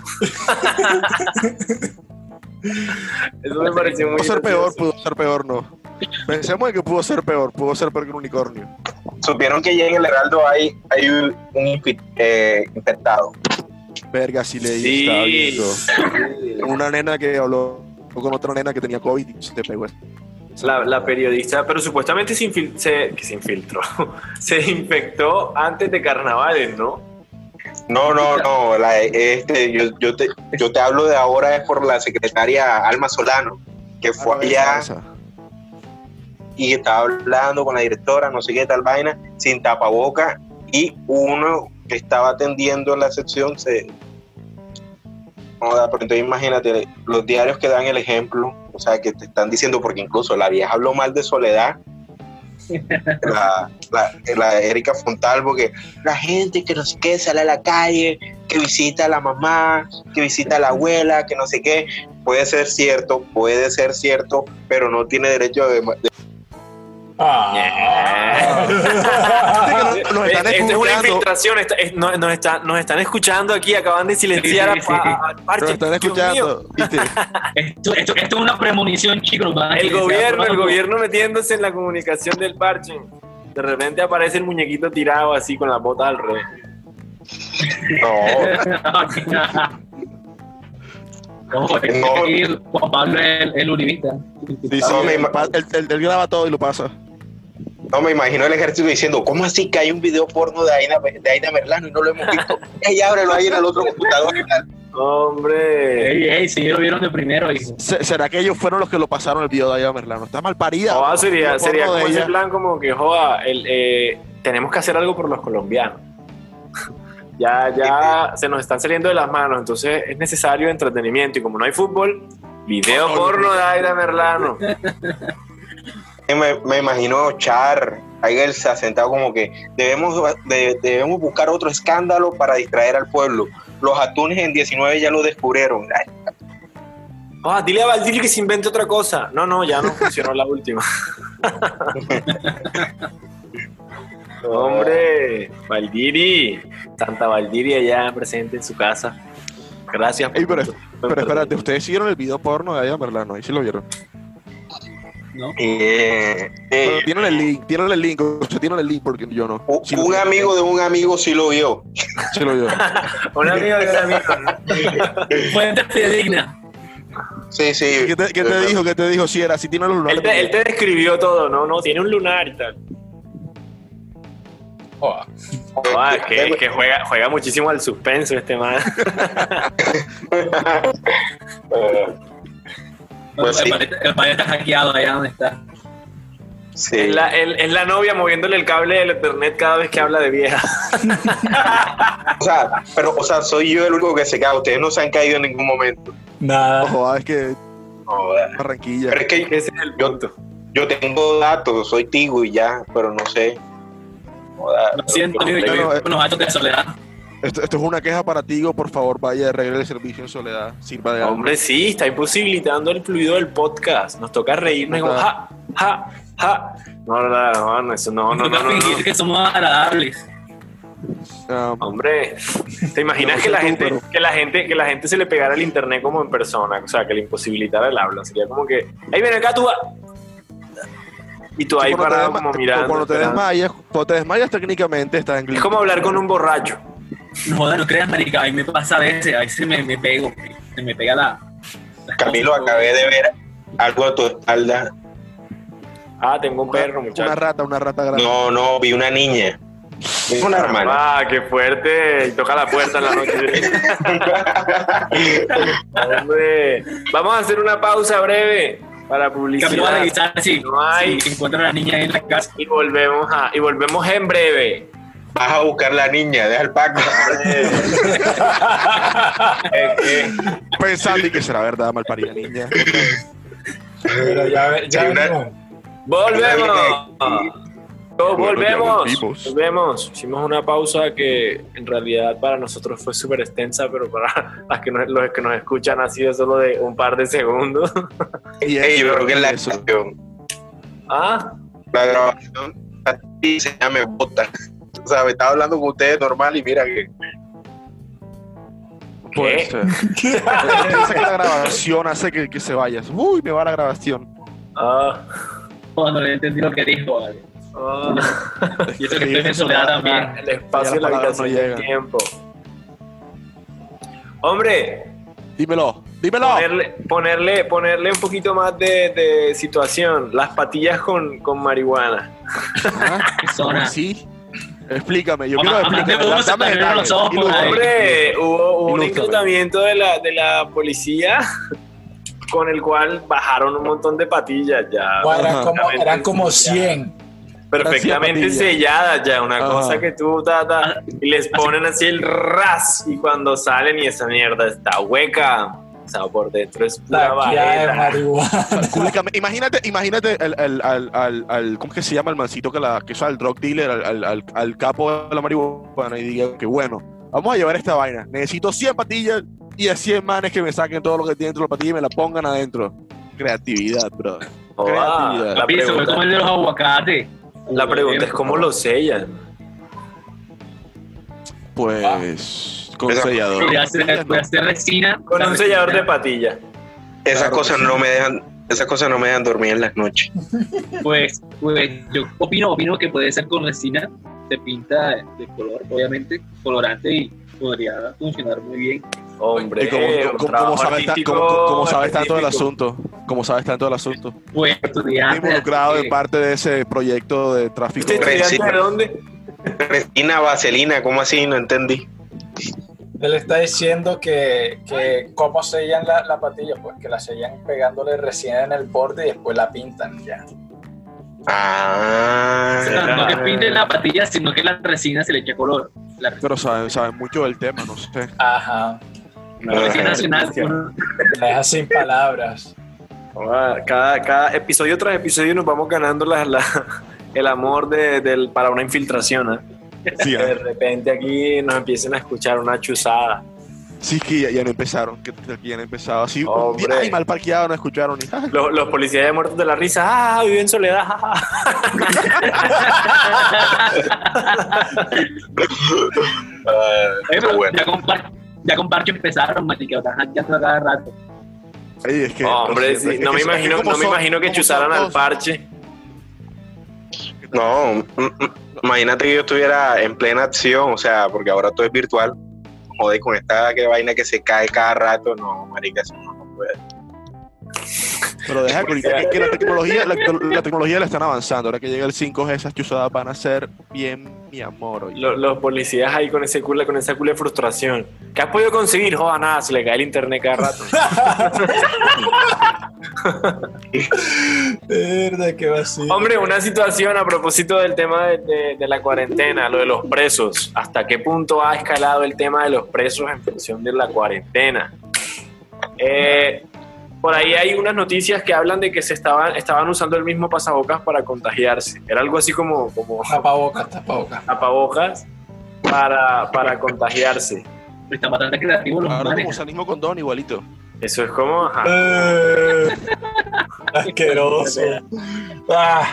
Eso me pareció muy Pudo ser peor, gracioso. pudo ser peor, no. Pensemos en que pudo ser peor, pudo ser peor que un unicornio. Supieron que ya en el Heraldo hay, hay un, un infi- eh, infectado. Verga, sí leí, Sí. estaba viendo. Una nena que habló con otra nena que tenía COVID y se te pegó. La, la periodista, pero supuestamente se, infil- se, que se infiltró, se infectó antes de carnavales, ¿no? No, no, no. La, este, yo, yo, te, yo te hablo de ahora es por la secretaria Alma Solano, que fue Ah, allá esa. y estaba hablando con la directora, no sé qué tal vaina, sin tapaboca, y uno que estaba atendiendo en la sección se... Joda, pero entonces imagínate, los diarios que dan el ejemplo, o sea, que te están diciendo, porque incluso la vieja habló mal de Soledad, la, la, la Erika Fontalvo, que la gente que no sé qué sale a la calle, que visita a la mamá, que visita a la abuela, que no sé qué, puede ser cierto, puede ser cierto, pero no tiene derecho de... de Ah. Nos- nos están Esto es una escuchando. infiltración, está- es- no- nos, está- nos están escuchando aquí, acaban de silenciar Sí, sí, sí. a, a- a Parche. Nos están Dios mío. escuchando, ¿viste? Esto, esto, esto es una premonición, chicos. van a El silenciar gobierno, el pronto. gobierno metiéndose en la comunicación del Parche. De repente aparece el muñequito tirado así con las botas al revés. No, Ojo, es No. que Juan Pablo es el, el uribista. Sí, sí, No, me él, ima- pa- él- él- él graba todo y lo pasa. no me imagino el ejército diciendo, ¿cómo así que hay un video porno de Aida, de Aida Merlano y no lo hemos visto? Ey, ábrelo ahí en el otro computador. Hombre. Ey, ey, si lo vieron de primero, hijo. Se- ¿Será que ellos fueron los que lo pasaron el video de Aida Merlano? Está mal parida. Joda, sería, El sería porno de como ese ella. plan como que, joda, el, eh, tenemos que hacer algo por los colombianos. ya, ya se nos están saliendo de las manos, entonces es necesario entretenimiento. Y como no hay fútbol, video porno de Aida Merlano. Me, me imagino Char, Aigel se ha sentado como que debemos, de- debemos buscar otro escándalo para distraer al pueblo. Los atunes en diecinueve ya lo descubrieron. Ay, Ah, dile a Valdirio que se invente otra cosa. No, no, ya no funcionó la última. Hombre, Valdiri, Santa Valdiria ya presente en su casa. Gracias. Ey, pero, por- pero espérate, ¿ustedes siguieron el video porno de Aida Merlano? Ahí sí lo vieron. ¿No? eh, eh, Pero tienen el link, tienen el link, o sea, tienen el link porque yo no. un, Sí lo un vi. amigo de un amigo sí lo vio. Sí lo vio. Un amigo de un amigo. Fuente fidedigna. Sí, sí. ¿Qué te, qué te dijo? ¿Qué te dijo? Si era, si tiene los lunares. Él te, él te describió todo, ¿no? No, tiene un lunar y tal. Joda. Ah, es que, es que juega, juega muchísimo al suspenso este man. Eh, Pues el, sí. país, el país está hackeado allá donde está. sí. Es, la, el- es la novia moviéndole el cable del internet cada vez que habla de vieja. O sea, pero, o sea, soy yo el único que se cae. Ustedes no se han caído en ningún momento. Nada. Ojo, ah, es que Joder. Barranquilla. Pero es que Ese es el yo, punto. yo tengo datos, soy Tigo y ya, pero no sé. Joder, Lo siento, pero- amigo, yo no, vivo eh. en los altos de Soledad. Esto, esto es una queja para Tigo, por favor, vaya, arregle el servicio en Soledad. Sirva de algo. Hombre, sí, está imposibilitando el fluido del podcast. Nos toca reírnos y como, ja, ja, ja. No, no, no, no, eso no, no, Nos no, toca no, fingir no. que somos agradables. Ah, Hombre, ¿te imaginas No que sé la tú, gente, pero- que la gente, que la gente se le pegara al internet como en persona? O sea, que le imposibilitara el habla. Sería como que, ahí viene acá, tú vas. Y tú ahí cuando te parado desma- como mirando. Cuando te esperando. desmayas, cuando te desmayas técnicamente estás en Es como hablar con un borracho. No jodas, no creas, marica, a mí me pasa a veces, a veces me, me pego, se me pega la... la Camilo, acabé de ver algo a tu espalda. Ah, tengo un perro, una muchacho. rata, una rata grande. No, no, vi una niña. Vi una hermana. Ah, qué fuerte. Y toca la puerta en la noche. Hombre, vamos a hacer una pausa breve para publicidad. Camilo va a revisar si, No hay. si encuentra a la niña ahí en la casa. Y volvemos a, y volvemos en breve. Vas a buscar la niña, deja el Paco. Es que- Pensando y que será verdad, malparida niña. Pero ya, ve- ya Sí, una- venimos. ¡Volvemos! Todos Bueno, ya volvemos. volvimos. Volvemos. Hicimos una pausa que en realidad para nosotros fue súper extensa, pero para las que nos, los que nos escuchan ha sido solo de un par de segundos. Y Ey, yo eso, creo que y la eso. grabación, Ah, la grabación, a ti se llama me bota. O sea, me estaba hablando con ustedes normal y mira que Puede ¿qué? ser. Piensa que la grabación hace que, que se vaya. Uy, me va la grabación. Ah, No, no le entendí lo que dijo, vale. ah. Y eso que estoy en soledad también. El espacio Ya y la las palabras habitación no y el llegan. tiempo. Hombre, Dímelo, dímelo. ponerle, ponerle, ponerle un poquito más de, de situación. Las patillas con, con marihuana. ¿Ah? ¿Qué zona? ¿Sí? Explícame, yo Mamá, quiero mamá, explícame. te gusta, Dame te abrieron detalles. los ojos, Ilústrame. Hombre, hubo, hubo un Ilústrame. encautamiento de la, de la policía con el cual bajaron un montón de patillas ya. Bueno, eran, Ajá. como, eran como cien. Perfectamente patillas. selladas ya, una Ajá. cosa que tú ta, ta, y les ponen así el ras y cuando salen y esa mierda está hueca, o sea, por dentro es pura La guía de vareta. marihuana. Explícame. Imagínate, imagínate el, el, al, al, al- ¿cómo es que se llama el mancito que la que usa el drug dealer, al, al, al, al capo de la marihuana y diga que bueno, vamos a llevar esta vaina. Necesito cien patillas y a cien manes que me saquen todo lo que tiene dentro de la patilla y me la pongan adentro. Creatividad, bro. Joda, creatividad. la Papi, se fue como pregunta, el de los aguacates. la pregunta es cómo lo sellan. Pues con Esa- sellador. Voy a hacer, voy a hacer resina. Con La un sellador de resina, patilla. esas Claro, cosas sí. no me dejan, esas cosas no me dejan dormir en las noches. Pues, pues yo opino, opino que puede ser con resina. Se pinta de color, obviamente, colorante y podría funcionar muy bien. Hombre, ¿Y cómo, un cómo- cómo trabajo sabes, ta- artístico cómo- cómo sabes tanto del específico. asunto? ¿Cómo sabes tanto del asunto? Pues estudiante. Involucrado así en que- parte de ese proyecto de tráfico. ¿Usted es estudiante de dónde? Resina, vaselina, ¿cómo así? No entendí. Él está diciendo que, que cómo sellan la, la patilla, pues que la sellan pegándole resina en el borde y después la pintan ya. Ah, O sea, no que pinten la patilla, sino que la resina se le echa color. La Pero saben, saben mucho del tema, no sé. Ajá. resina nacional. uno- La deja sin palabras. Joda, Cada, cada episodio tras episodio nos vamos ganando la, la- el amor de, del, para una infiltración. ¿eh? Sí, Que de ah, repente aquí nos empiecen a escuchar una chuzada. sí que ya, ya no empezaron, que, que ya no empezado. Así, un Hombre. día, ay, mal parqueado, no escucharon. Y, ay, Los, los policías ya muertos de la risa. ¡Ah, vive en soledad! ja, ja". ah, Eh, pero bueno. ya, con par- ya con parche empezaron, marica, están hackeando a cada rato. ay, es que, Hombre, lo siento, sí, es que- no me es que imagino, como no me son- imagino que como chuzaran son al dos- parche. No, mm, mm, imagínate que yo estuviera en plena acción, o sea, porque ahora todo es virtual. Joder, con esta que vaina que se cae cada rato, no, marica, eso no, no puede. Pero deja que ahorita es que la tecnología, la, la tecnología la están avanzando. Ahora que llega el cinco G, esas chuzadas van a ser bien mi amor. Oye. Los, los policías ahí con ese culo, con esa culo de frustración. ¿Qué has podido conseguir? Joda, nada, se le cae el internet cada rato. Verdad que vacío. Hombre, una situación a propósito del tema de, de- de la cuarentena, lo de los presos. ¿Hasta qué punto ha escalado el tema de los presos en función de la cuarentena? Eh, por ahí hay unas noticias que hablan de que se estaban, estaban usando el mismo pasabocas para contagiarse. Era algo así como, como Tapabocas, tapabocas. tapabocas para, para contagiarse. Están bastante creativos los Ahora como manes. salimos con Don igualito. Eso es como... ajá. Eh, asqueroso. Ah,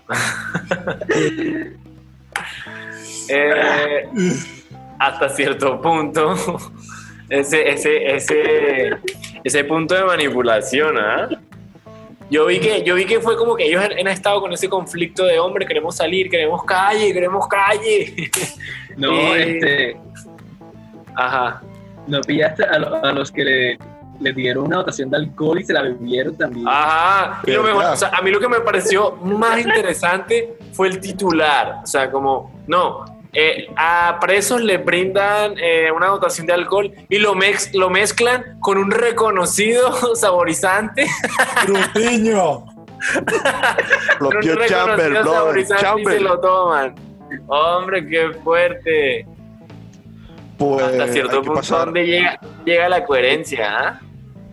Eh, hasta cierto punto, ese, ese, ese, ese punto de manipulación, ¿ah? Yo vi que, yo vi que fue como que ellos han, han estado con ese conflicto de hombre, queremos salir, queremos calle, queremos calle. No, Eh. este, Ajá. no pillaste a, lo- a los que le, le dieron una dotación de alcohol y se la bebieron también. Ajá. Y lo Pero mejor, ya. o sea, a mí lo que me pareció más interesante fue el titular. O sea, como, no, eh, a presos le brindan eh, una dotación de alcohol y lo, mex- lo mezclan con un reconocido saborizante. Frutiño. Con un Propio Chamber, reconocido brother. saborizante y se Chamber. lo toman. Hombre, qué fuerte. Pues, Hasta cierto hay que punto, pasar. ¿dónde llega, llega la coherencia? ¿ah?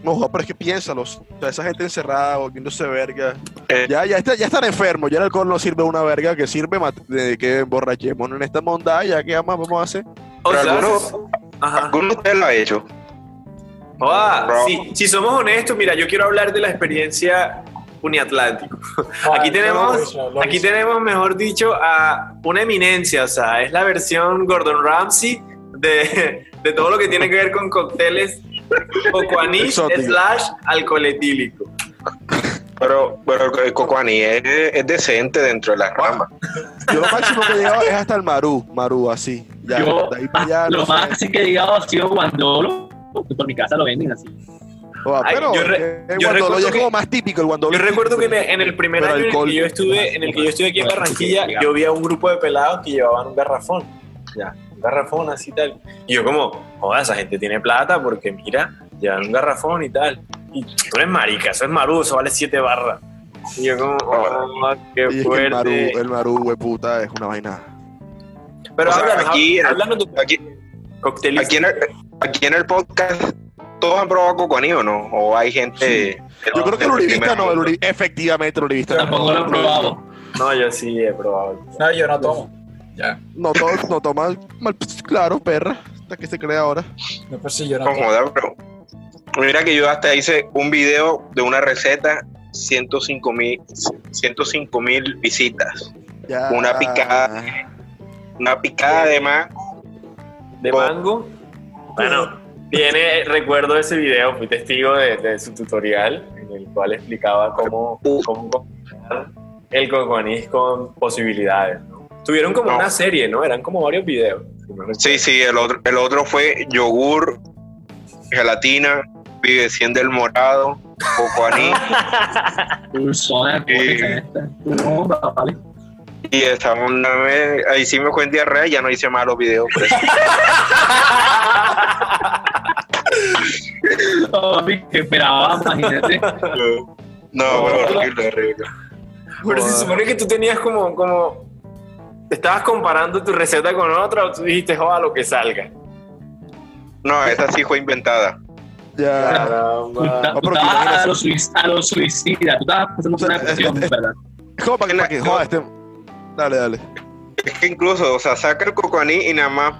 No, pero es que piénsalos. O sea, esa gente encerrada, volviéndose verga. Eh. Ya, ya, está, ya están enfermos. Ya el alcohol no sirve una verga, que sirve mat- de que emborrachemos en esta mondad. Ya, ¿qué más vamos a hacer? O Pero sea, algunos, ajá. algunos de ustedes lo ha hecho. Joda, Bro. si, si somos honestos, mira, yo quiero hablar de la experiencia Uniatlántico. Aquí tenemos, aquí tenemos, mejor dicho, a una eminencia, o sea, es la versión Gordon Ramsay de, de todo lo que tiene que ver con cócteles coco anís Exótico. slash alcohol etílico. Pero, pero el coco anís es, es decente dentro de la rama. Yo lo máximo que he llegado es hasta el Marú. Marú, así. Ya, Yo, de ahí para allá. lo no sé. más así que he llegado ha sido guandolo, porque por mi casa lo venden así. Joda, Ay, pero yo re- eh, el yo guandolo recuerdo ya es que- como más típico. El guandolo Yo es recuerdo que típico. en el, en el primer Pero año en el alcohol. que yo estuve, en el que yo estuve aquí en Barranquilla, yo vi a un grupo de pelados que llevaban un garrafón, ya, un garrafón así tal. Y yo como, joder, esa gente tiene plata porque mira, llevan un garrafón y tal. Y tú eres marica, eso es marudo, eso vale siete barras. Y yo como, oh, qué Y es que el fuerte. Marú, el Marú, hueputa, es una vaina. Pero O sea, háblanos, aquí- háblanos de tu Aquí, coctelista. aquí, en el, aquí en el podcast, ¿todos han probado coco anís o no? ¿O hay gente...? Yo creo que el uribista no, el Uri- Uri- efectivamente el uribista no. Tampoco lo he probado. No, yo sí he probado. No, yo no tomo. Ya. No, todos no toman mal, claro, perra. Hasta que se cree ahora. No, pues sí, yo no No tomo. joda, pero mira que yo hasta hice un video de una receta, ciento cinco mil visitas. Ya. Una picada. Una picada de más. ¿De mango? Bueno, tiene, recuerdo ese video, fui testigo de, de su tutorial, en el cual explicaba cómo, cómo combinar el coco anís con posibilidades, ¿no? Tuvieron como No. una serie, ¿no? Eran como varios videos. Sí, sí, el otro, el otro fue yogur, gelatina, vive cien del morado, coco anís. Pulsona, Sí. esta. No, vale. Y esa onda me- ahí sí me fue en diarrea, ya no hice más los videos. Por eso. No, papi, que esperaba, imagínate. No, fue horrible, horrible. Pero se supone que tú tenías como, como, estabas comparando tu receta con otra o tú dijiste, joda, lo que salga. No, esa sí fue inventada. Ya. Tú, Caramba. ta- No, tú pero estabas imagínate- a los suic- a los suicidas, tú estabas pasando por una depresión, es- ¿verdad? Es como para que, para que joda, este. Dale, dale. Es que incluso, o sea, saca el coco anís y nada más.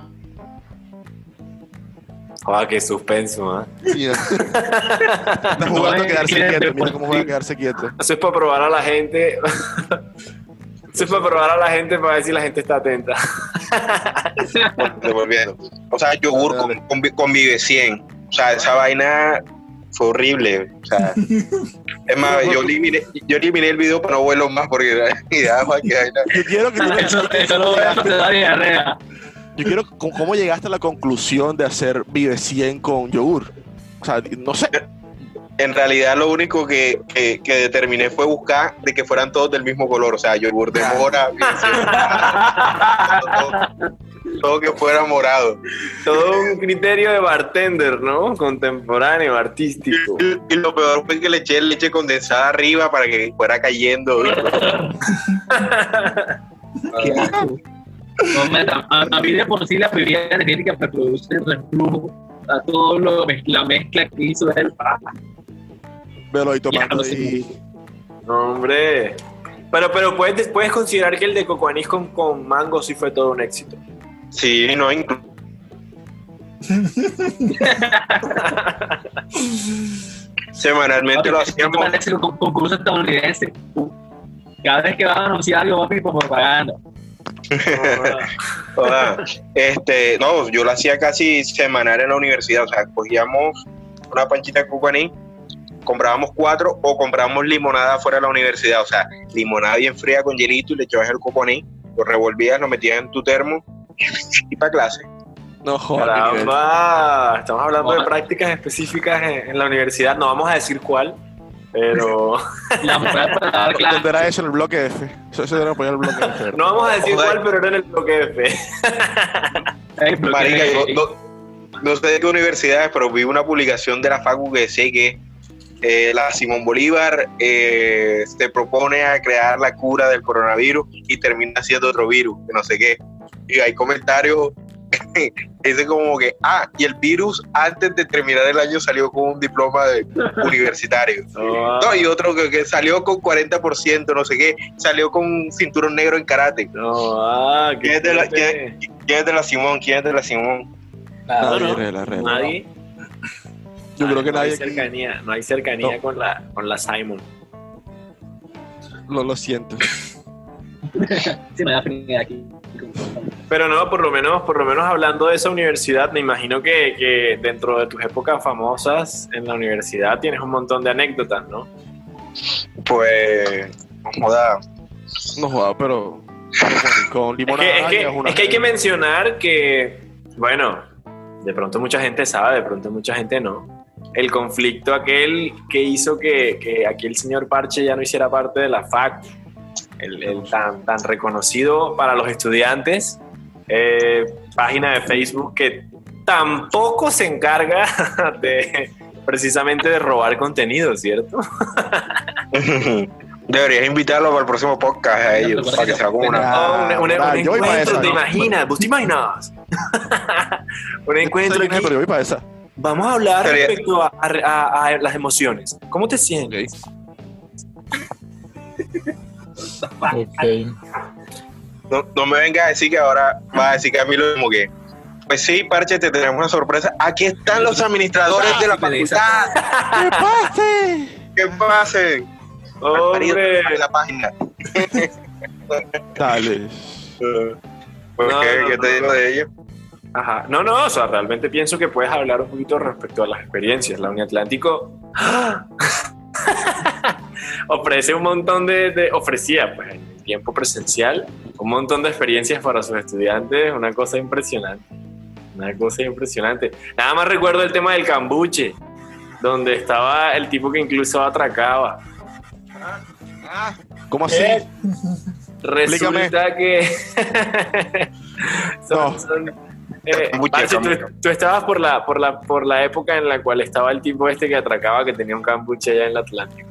Joda, qué suspenso, ¿eh? Sí, ya. Está jugando a quedarse No, quieto. es- Mira cómo juega a quedarse quieto. Eso es para probar a la gente. Eso es para probar a la gente para ver si la gente está atenta. Devolviendo. O sea, yogur con, con, con Vive cien. O sea, esa vaina fue horrible. O sea, es más, yo eliminé, yo eliminé el video para no verlo más porque ya, Juan, que vaina. Yo quiero que tú me Eso, expliques eso cómo lo voy a llegaste- hacer la diarrea. Yo quiero con- cómo llegaste a la conclusión de hacer Vive cien con yogur. O sea, no sé. En realidad lo único que, que, que determiné fue buscar de que fueran todos del mismo color. O sea, yogur de mora, Vive cien, todo, todo que fuera morado. Todo un criterio de bartender, ¿no? Contemporáneo, artístico. Y, y lo peor fue que le eché leche condensada arriba para que fuera cayendo. Qué asco. No, me- a, a mí de por sí la bebida energética me produce reflujo. A todo lo, la mezcla que hizo él. Velo ahí Ya tomando lo sé. y. No, hombre. Pero, pero puedes, puedes considerar que el de coco anís con, con mango sí fue todo un éxito. Sí, no, inclu- semanalmente lo Esto hacíamos. parece un con- concurso estadounidense. Cada vez que van a anunciar algo, papi, por propaganda. Joda, este, no, yo lo hacía casi semanal en la universidad. O sea, cogíamos una panchita de coco anís, comprábamos cuatro o comprábamos limonada fuera de la universidad. O sea, limonada bien fría con hielito y le echabas el coco anís, lo revolvías, lo metías en tu termo y para clase. No jodas. qué nivel. Caramba, estamos hablando de Joder. prácticas específicas en, en la universidad. No vamos a decir cuál, pero La mujer para dar ¿Dónde clase. era eso en el bloque F? Eso, eso era poner el bloque F. no vamos a decir Joder. cuál, pero era en el bloque F. Ey, pero Marica, que- yo no, no sé de qué universidades, pero vi una publicación de la Facu que decía que eh, la Simón Bolívar eh, se propone a crear la cura del coronavirus y termina siendo otro virus, que no sé qué. Y hay comentarios dice como que, ah, y el virus antes de terminar el año salió con un diploma de universitario. Oh, No, y otro que, que salió con cuarenta por ciento, no sé qué, salió con un cinturón negro en karate. no, ah, qué ¿Quién es de la, fuerte. quién- quién es de la Simón? ¿Quién es de la Simón? Nada, No, Nadie, no. Rela, Rela. Nadie. Yo creo que no nadie hay aquí- cercanía, no hay cercanía No. con la con la Simon. Lo, lo siento. Sí, me da afinidad aquí. Pero no, por lo menos, por lo menos hablando de esa universidad, me imagino que, que dentro de tus épocas famosas en la universidad tienes un montón de anécdotas, ¿no? Pues, no joda. No joda, pero con, con Es limonada. que, es, que, ya una- es que hay que mencionar que, bueno, de pronto mucha gente sabe, de pronto mucha gente no. El conflicto aquel que hizo que, que aquí el señor Parche ya no hiciera parte de la F A C, el, el tan, tan reconocido para los estudiantes, eh, página de Facebook que tampoco se encarga de precisamente de robar contenido, ¿cierto? Deberías invitarlo para el próximo podcast a ellos, para que sea como una... Ah, Oh, un, un- un moral, yo voy para encuentro, esa, ¿te ¿no? imaginas? ¿Vos te imaginas? Un encuentro Pero aquí. yo voy para esa. Vamos a hablar Sería- respecto a, a- a las emociones. ¿Cómo te sientes? ok. No, no me vengas a decir que ahora vas a decir Camilo como que, pues sí, Parche, te tenemos una sorpresa. Aquí están los administradores de la facultad. ¡Que pase! ¿Qué pasen? Hombre, En la página. Dale. ¿Por No, qué? no, ¿Qué no, te digo no. de ellos? ajá. No, no, o sea, realmente pienso que puedes hablar un poquito respecto a las experiencias. La Uniatlántico ofrece un montón de, de- ofrecía, pues, en el tiempo presencial, un montón de experiencias para sus estudiantes, una cosa impresionante. Una cosa impresionante. Nada más recuerdo el tema del cambuche, donde estaba el tipo que incluso atracaba. ¿Cómo así? ¿Qué? Resulta que son- No. son, eh, Cambuche, parce, tú, cambuche. tú estabas por la, por, la, por la época en la cual estaba el tipo este que atracaba, que tenía un cambuche allá en el Atlántico.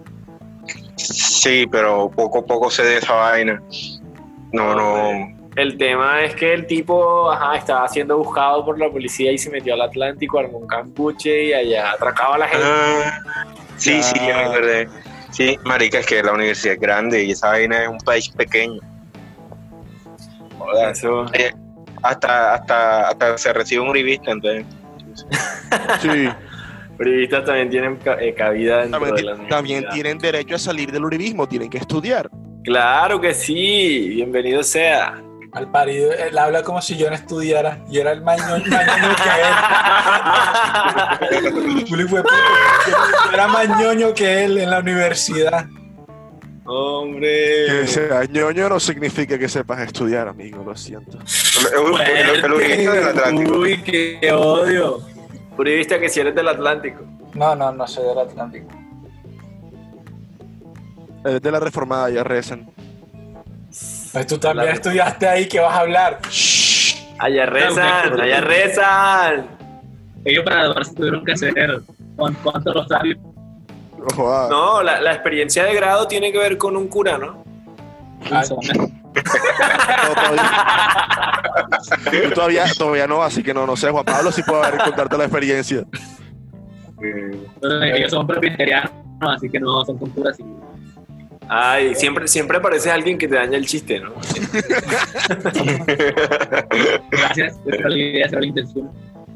Sí, pero poco a poco sé de esa vaina. No, no. El tema es que el tipo ajá, estaba siendo buscado por la policía y se metió al Atlántico, armó un cambuche y allá atracaba a la gente. Ah, sí, sí, ya me acordé. Sí, marica, es que la universidad es grande y esa vaina es un país pequeño. Joder. Eso, Eh, Hasta, hasta, hasta se recibe un uribista, entonces. Sí. periodistas también tienen ca- eh, cabida dentro También, de la ti- también universidad. tienen derecho a salir del uribismo, tienen que estudiar. Claro que sí, bienvenido sea. Al parido, él habla como si yo no estudiara. Yo era el mañoño, mañoño que él. Juli fue puto. Yo era más ñoño que él en la universidad. Hombre. Que sea ñoño no significa que sepas estudiar, amigo, lo siento. El, el, el uribista del Atlántico. Uy, qué odio. Uribista que si eres del Atlántico. No, no, no soy del Atlántico. Es de la reformada, ya rezan. Pues tú también estudiaste ahí, ¿qué vas a hablar? Allá rezan, allá rezan. Ellos para graduarse tuvieron que hacer ¿cuán- ¿cuántos rosarios? No jodas. No, la, la experiencia de grado tiene que ver con un cura, ¿no? Ah, No, todavía, Yo todavía, todavía no, así que no, no sé, Juan Pablo, si puedo ver, contarte la experiencia. Ellos son presbiterianos, así que no son culturas y Ay, siempre, siempre aparece alguien que te daña el chiste, ¿no? gracias. Esa era la idea, esa era la intención.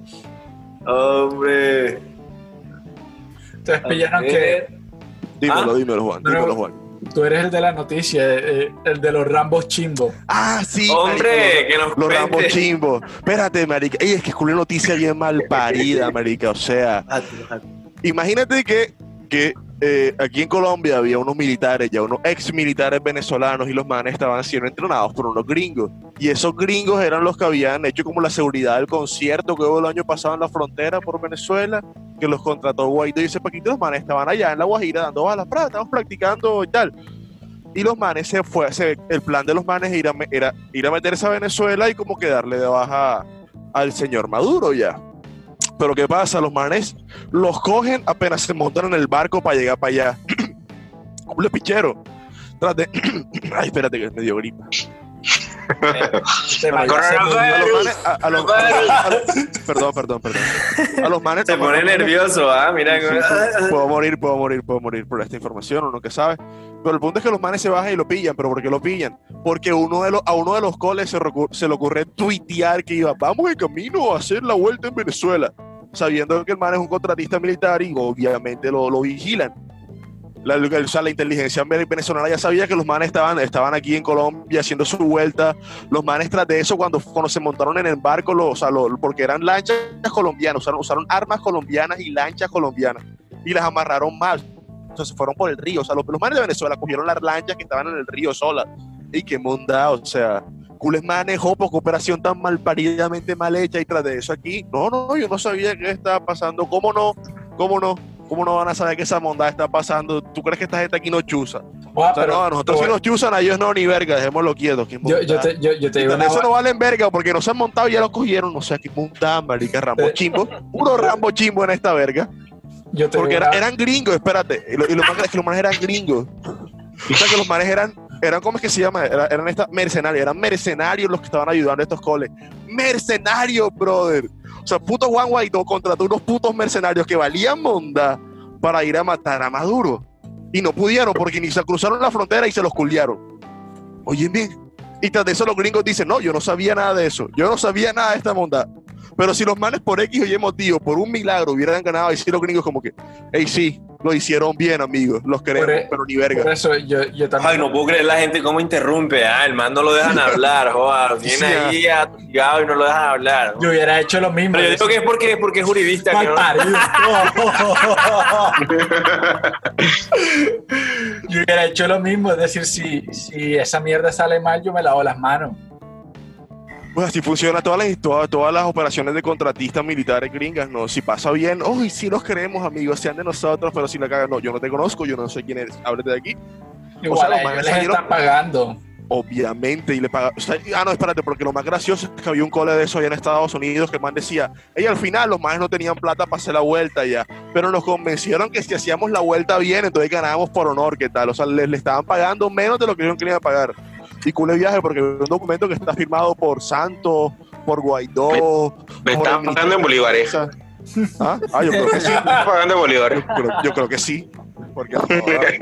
Hombre. Entonces pillaron Ok. que Dímelo, Ah. dímelo, Juan, No, no. dímelo, Juan. tú eres el de la noticia, eh, el de los Rambos chimbo. Ah, sí. Hombre, marica, que nos los, los cuente. Rambos chimbos. Espérate, marica. Ey, es que es una noticia bien mal parida, marica. O sea, imagínate que, que eh, aquí en Colombia había unos militares, ya unos ex militares venezolanos, y los manes estaban siendo entrenados por unos gringos. Y esos gringos eran los que habían hecho como la seguridad del concierto que hubo el año pasado en la frontera por Venezuela, que los contrató Guaidó y ese Paquito. Los manes estaban allá en La Guajira dando balas, pra, estamos practicando y tal. Y los manes se fue, se, el plan de los manes era, era ir a meterse a Venezuela y como que darle de baja al señor Maduro ya. Pero ¿qué pasa? Los manes los cogen apenas se montan en el barco para llegar para allá. Un pichero. Trate. Ay, espérate que me dio gripa. Te Bueno, vayas a hacer- a los manes, a, a los, a los- perdón, perdón, perdón. A los manes Se pone nervioso, ¿ah? Mira. Sí, sí, puedo morir, puedo morir, puedo morir por esta información, uno que sabe. Pero el punto es que los manes se bajan y lo pillan. ¿Pero por qué lo pillan? Porque uno de los, a uno de los coles se, recu- se le ocurre tuitear que iba, vamos de camino a hacer la vuelta en Venezuela, sabiendo que el man es un contratista militar y obviamente lo, lo vigilan. La, o sea, la inteligencia venezolana ya sabía que los manes estaban, estaban aquí en Colombia haciendo su vuelta. Los manes tras de eso, cuando, cuando se montaron en el barco, lo, o sea, lo, porque eran lanchas colombianas, usaron, usaron armas colombianas y lanchas colombianas y las amarraron mal. Entonces se fueron por el río. O sea, los, los manes de Venezuela cogieron las lanchas que estaban en el río solas. Y qué monda, o sea, cules manejó por cooperación tan mal paridamente mal hecha y tras de eso aquí. No, no, yo no sabía qué estaba pasando. ¿Cómo no? ¿Cómo no? ¿Cómo no van a saber que esa mondad está pasando? ¿Tú crees que esta gente aquí no chuza? Buah, O sea, pero- no, a nosotros sí pero- nos chuzan, a ellos no, ni verga, dejémoslo quietos. ¿Qué yo, yo mondad? te, yo, yo te Y digo tras una de eso va- no valen verga porque no se han montado y ya los cogieron. O sea, qué mondad, marica, Rambo Eh. chimbo. Puro Rambo chimbo en esta verga. yo te Porque digo era- una- eran gringos, espérate. Y lo, y lo más grave es que los manes eran gringos. O sea, que los manes eran, eran ¿cómo es que se llama? Era- eran estas mercenarios, eran mercenarios los que estaban ayudando a estos coles. Mercenarios, brother. O sea, puto Juan Guaidó contrató unos putos mercenarios que valían monda para ir a matar a Maduro. Y no pudieron porque ni se cruzaron la frontera y se los culiaron. Oye, bien. Y tras de eso los gringos dicen, no, yo no sabía nada de eso. Yo no sabía nada de esta monda. Pero si los manes por X o Y motivo, por un milagro, hubieran ganado, y si los gringos como que, hey, sí, lo hicieron bien, amigos, los queremos, Por e- pero ni Por verga. eso yo, yo también. Ay, no puedo creer la gente cómo interrumpe, ah, el man no lo dejan hablar, joder, lo tiene Sí, ahí atorgado y no lo dejan hablar. Yo hubiera hecho lo mismo. Pero yo digo que es porque, porque es juridista. Que no- Malparido. Yo hubiera hecho lo mismo, es decir, si, si esa mierda sale mal, yo me lavo las manos. Pues así funciona todas las, todas, todas las operaciones de contratistas militares gringas, ¿no? Si pasa bien, uy, sí los queremos, amigos, sean de nosotros, pero si la cagan, no, yo no te conozco, yo no sé quién eres, háblate de aquí. Igual sea, los a ellos manes les salieron- están pagando. Obviamente, y le paga. O sea, ah, no, espérate, porque lo más gracioso es que había un cole de eso allá en Estados Unidos que el man decía, y al final los manes no tenían plata para hacer la vuelta ya, pero nos convencieron que si hacíamos la vuelta bien, entonces ganábamos por honor, ¿qué tal? O sea, le, le estaban pagando menos de lo que dijeron que le iban a pagar. Y cule viaje, porque es un documento que está firmado por Santos, por Guaidó. Me por están el pagando en bolívares. ¿Ah? ah, yo creo que sí. Me están pagando en bolívares. Yo creo, yo creo que sí. Porque, no,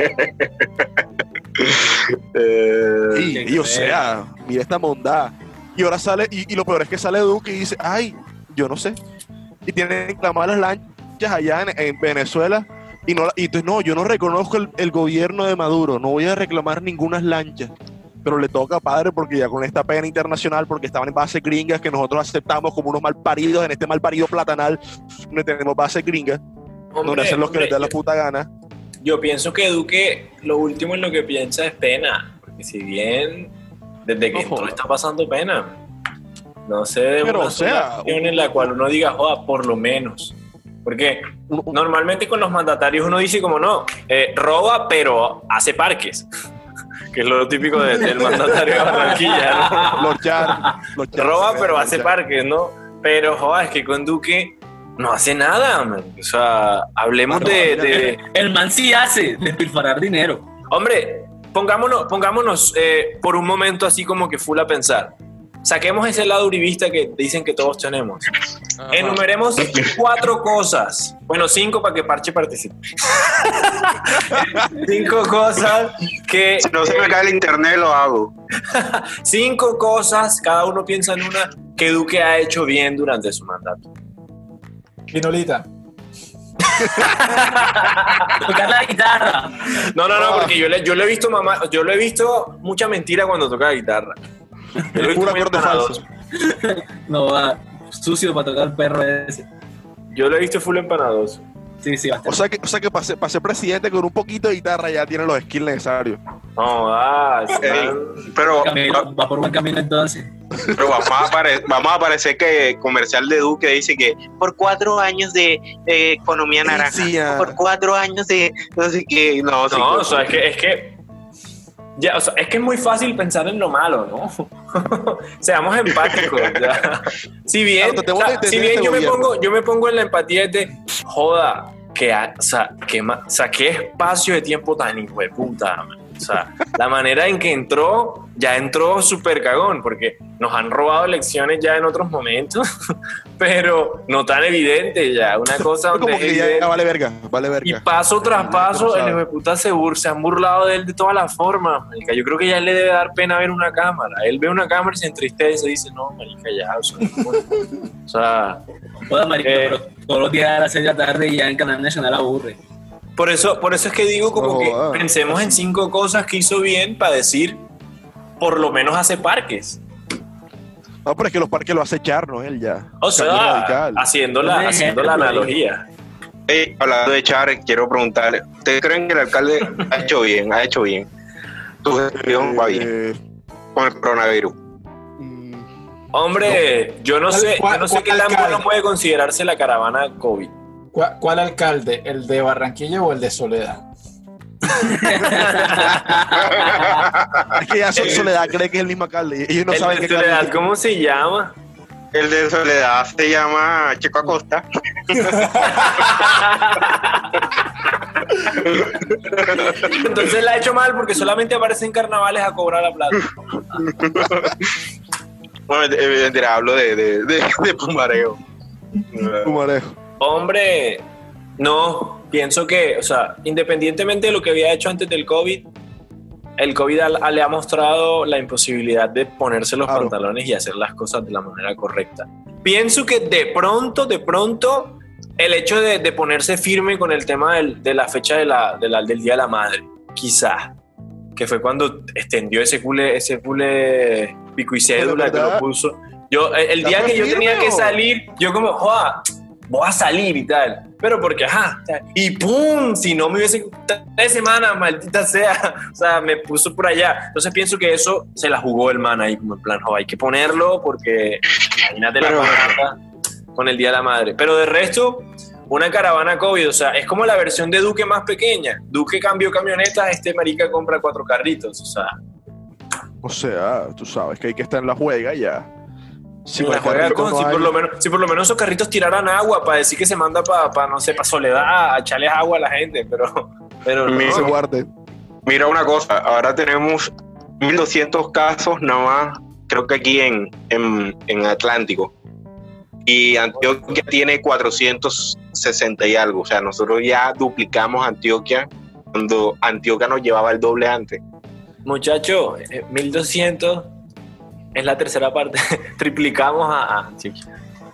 Eh, y, y, o sea, mira esta mondad. Y ahora sale, y, y lo peor es que sale Duque y dice, ay, yo no sé. Y tienen que reclamar las lanchas allá en, en Venezuela. Y no, y entonces, no, yo no reconozco el, el gobierno de Maduro, no voy a reclamar ninguna lancha. Pero le toca, padre, porque ya con esta pena internacional, porque estaban en bases gringas que nosotros aceptamos como unos malparidos en este malparido platanal, donde tenemos bases gringas, donde Hombre, hacen los que hombre, les da la yo- puta gana. Yo pienso que Duque, lo último en lo que piensa es pena, porque si bien desde que No entró joda. está pasando pena, no sé de Pero, una o sea, situación en la cual uno diga, joda, por lo menos. Porque Un- un- normalmente con los mandatarios uno dice como no, eh, roba pero hace parques, que es lo típico de- del mandatario de Barranquilla, ¿no? Los char, los char, Roba pero los hace char. parques, ¿no? Pero joda, es que con Duque no hace nada, man. O sea, hablemos de- de... El man sí hace despilfarrar dinero. Hombre, pongámonos, pongámonos eh, por un momento así como que full a pensar. Saquemos ese lado uribista que dicen que todos tenemos. Ajá. Enumeremos cuatro cosas. Bueno, cinco para que Parche participe. Cinco cosas que... si no se me cae el internet, lo hago. Cinco cosas, cada uno piensa en una, que Duque ha hecho bien durante su mandato. Vinolita. Tocar la guitarra. No, no, no, porque yo le, yo le he visto mamá, yo le he visto mucha mentira cuando toca la guitarra. Yo lo he visto Puro muy acorde empanadoso. falso. No va. Sucio para tocar el perro ese. Yo lo he visto full empanadoso. Sí, sí, O bastante. sea que, o sea que para ser, para ser presidente con un poquito de guitarra ya tiene los skills necesarios. No, ah, ese Ey, man- pero, Camilo, va por buen camino entonces. pero vamos, a apare- vamos a aparecer que comercial de Duque dice que por cuatro años de eh, economía naranja, Sí, ah. por cuatro años de no sé qué, no, sí, No, que- o sea, es que, es que, ya, o sea, es que es muy fácil pensar en lo malo, ¿no? Seamos empáticos. Ya. Si bien, Claro, te o voy a sea, entender si bien este yo, me gobierno. pongo, yo me pongo en la empatía de, joda, que, ha- o sea, que, ma- o sea, qué espacio de tiempo tan hijo de puta, man. O sea, la manera en que entró, ya entró súper cagón, porque nos han robado elecciones ya en otros momentos, pero no tan evidente ya, una cosa Es donde como que es ya, evidente. ya vale verga, vale verga. Y paso tras paso, no el sabe. hijo de puta se, bur- se han burlado de él de todas las formas, marica. Yo creo que ya le debe dar pena ver una cámara. Él ve una cámara y se entristece y dice, no, marica, ya, o sea, no. O sea, Joder, marico, Eh. pero todos los días a las seis de la tarde ya en Canal Nacional aburre. por eso, por eso es que digo como No, que ah, pensemos en cinco cosas que hizo bien para decir, por lo menos hace parques. No, pero es que los parques lo hace Char, no él ya. O Cambio sea, radical. haciendo la, Un haciendo la ejemplo, analogía. Hey, hablando de Char, quiero preguntarle, ¿ustedes creen que el alcalde ha hecho bien? Ha hecho bien. Tu gestión va bien Eh, con el coronavirus. mm, Hombre, yo no ¿Cuál- sé, cuál- yo no sé cuál qué tan alcalde? bueno puede considerarse la caravana COVID. ¿Cuál, cuál alcalde? ¿El de Barranquilla o el de Soledad? es que ya Sol- Soledad cree que es el mismo alcalde. y Ellos no El saben de qué Soledad, alcalde. ¿cómo se llama? El de Soledad se llama Checo Acosta. Entonces la ha hecho mal porque solamente aparece en carnavales a cobrar la plata. Bueno, evidentemente hablo de, de, de, de Pumareo. Pumarejo. Hombre, no, pienso que, o sea, independientemente de lo que había hecho antes del COVID, el COVID a- le ha mostrado la imposibilidad de ponerse los Claro. pantalones y hacer las cosas de la manera correcta. Pienso que de pronto, de pronto, el hecho de, de ponerse firme con el tema del- de la fecha de la, de la- del Día de la Madre, quizás, que fue cuando extendió ese cule, ese cule pico y cédula que verdad. lo puso. Yo, el, el ¿Ya día fue que yo tenía firme que o? salir, yo como, joda, voy a salir y tal. Pero porque, ajá, o sea, y pum, si no me hubiese tres semanas, maldita sea, o sea, me puso por allá. Entonces pienso que eso se la jugó el man ahí, como en plan, joder, hay que ponerlo porque imagínate la Pero- parranda con el Día de la Madre. Pero de resto, una caravana COVID, o sea, es como la versión de Duque más pequeña. Duque cambió camionetas, este marica compra cuatro carritos, o sea, O sea, tú sabes que hay que estar en la juega ya. si, no la hay juega carrito, con- no si, hay. por lo menos, si por lo menos esos carritos tiraran agua para decir que se manda para, no sé, para Soledad, a echarles agua a la gente, pero, pero no. Mi- Se guarde. Mira una cosa, ahora tenemos mil doscientos casos nada más, creo que aquí en, en, en Atlántico. Y Antioquia tiene cuatrocientos sesenta y algo. O sea, nosotros ya duplicamos Antioquia cuando Antioquia nos llevaba el doble antes. Muchacho, eh, mil doscientos es la tercera parte. Triplicamos a, a Antioquia.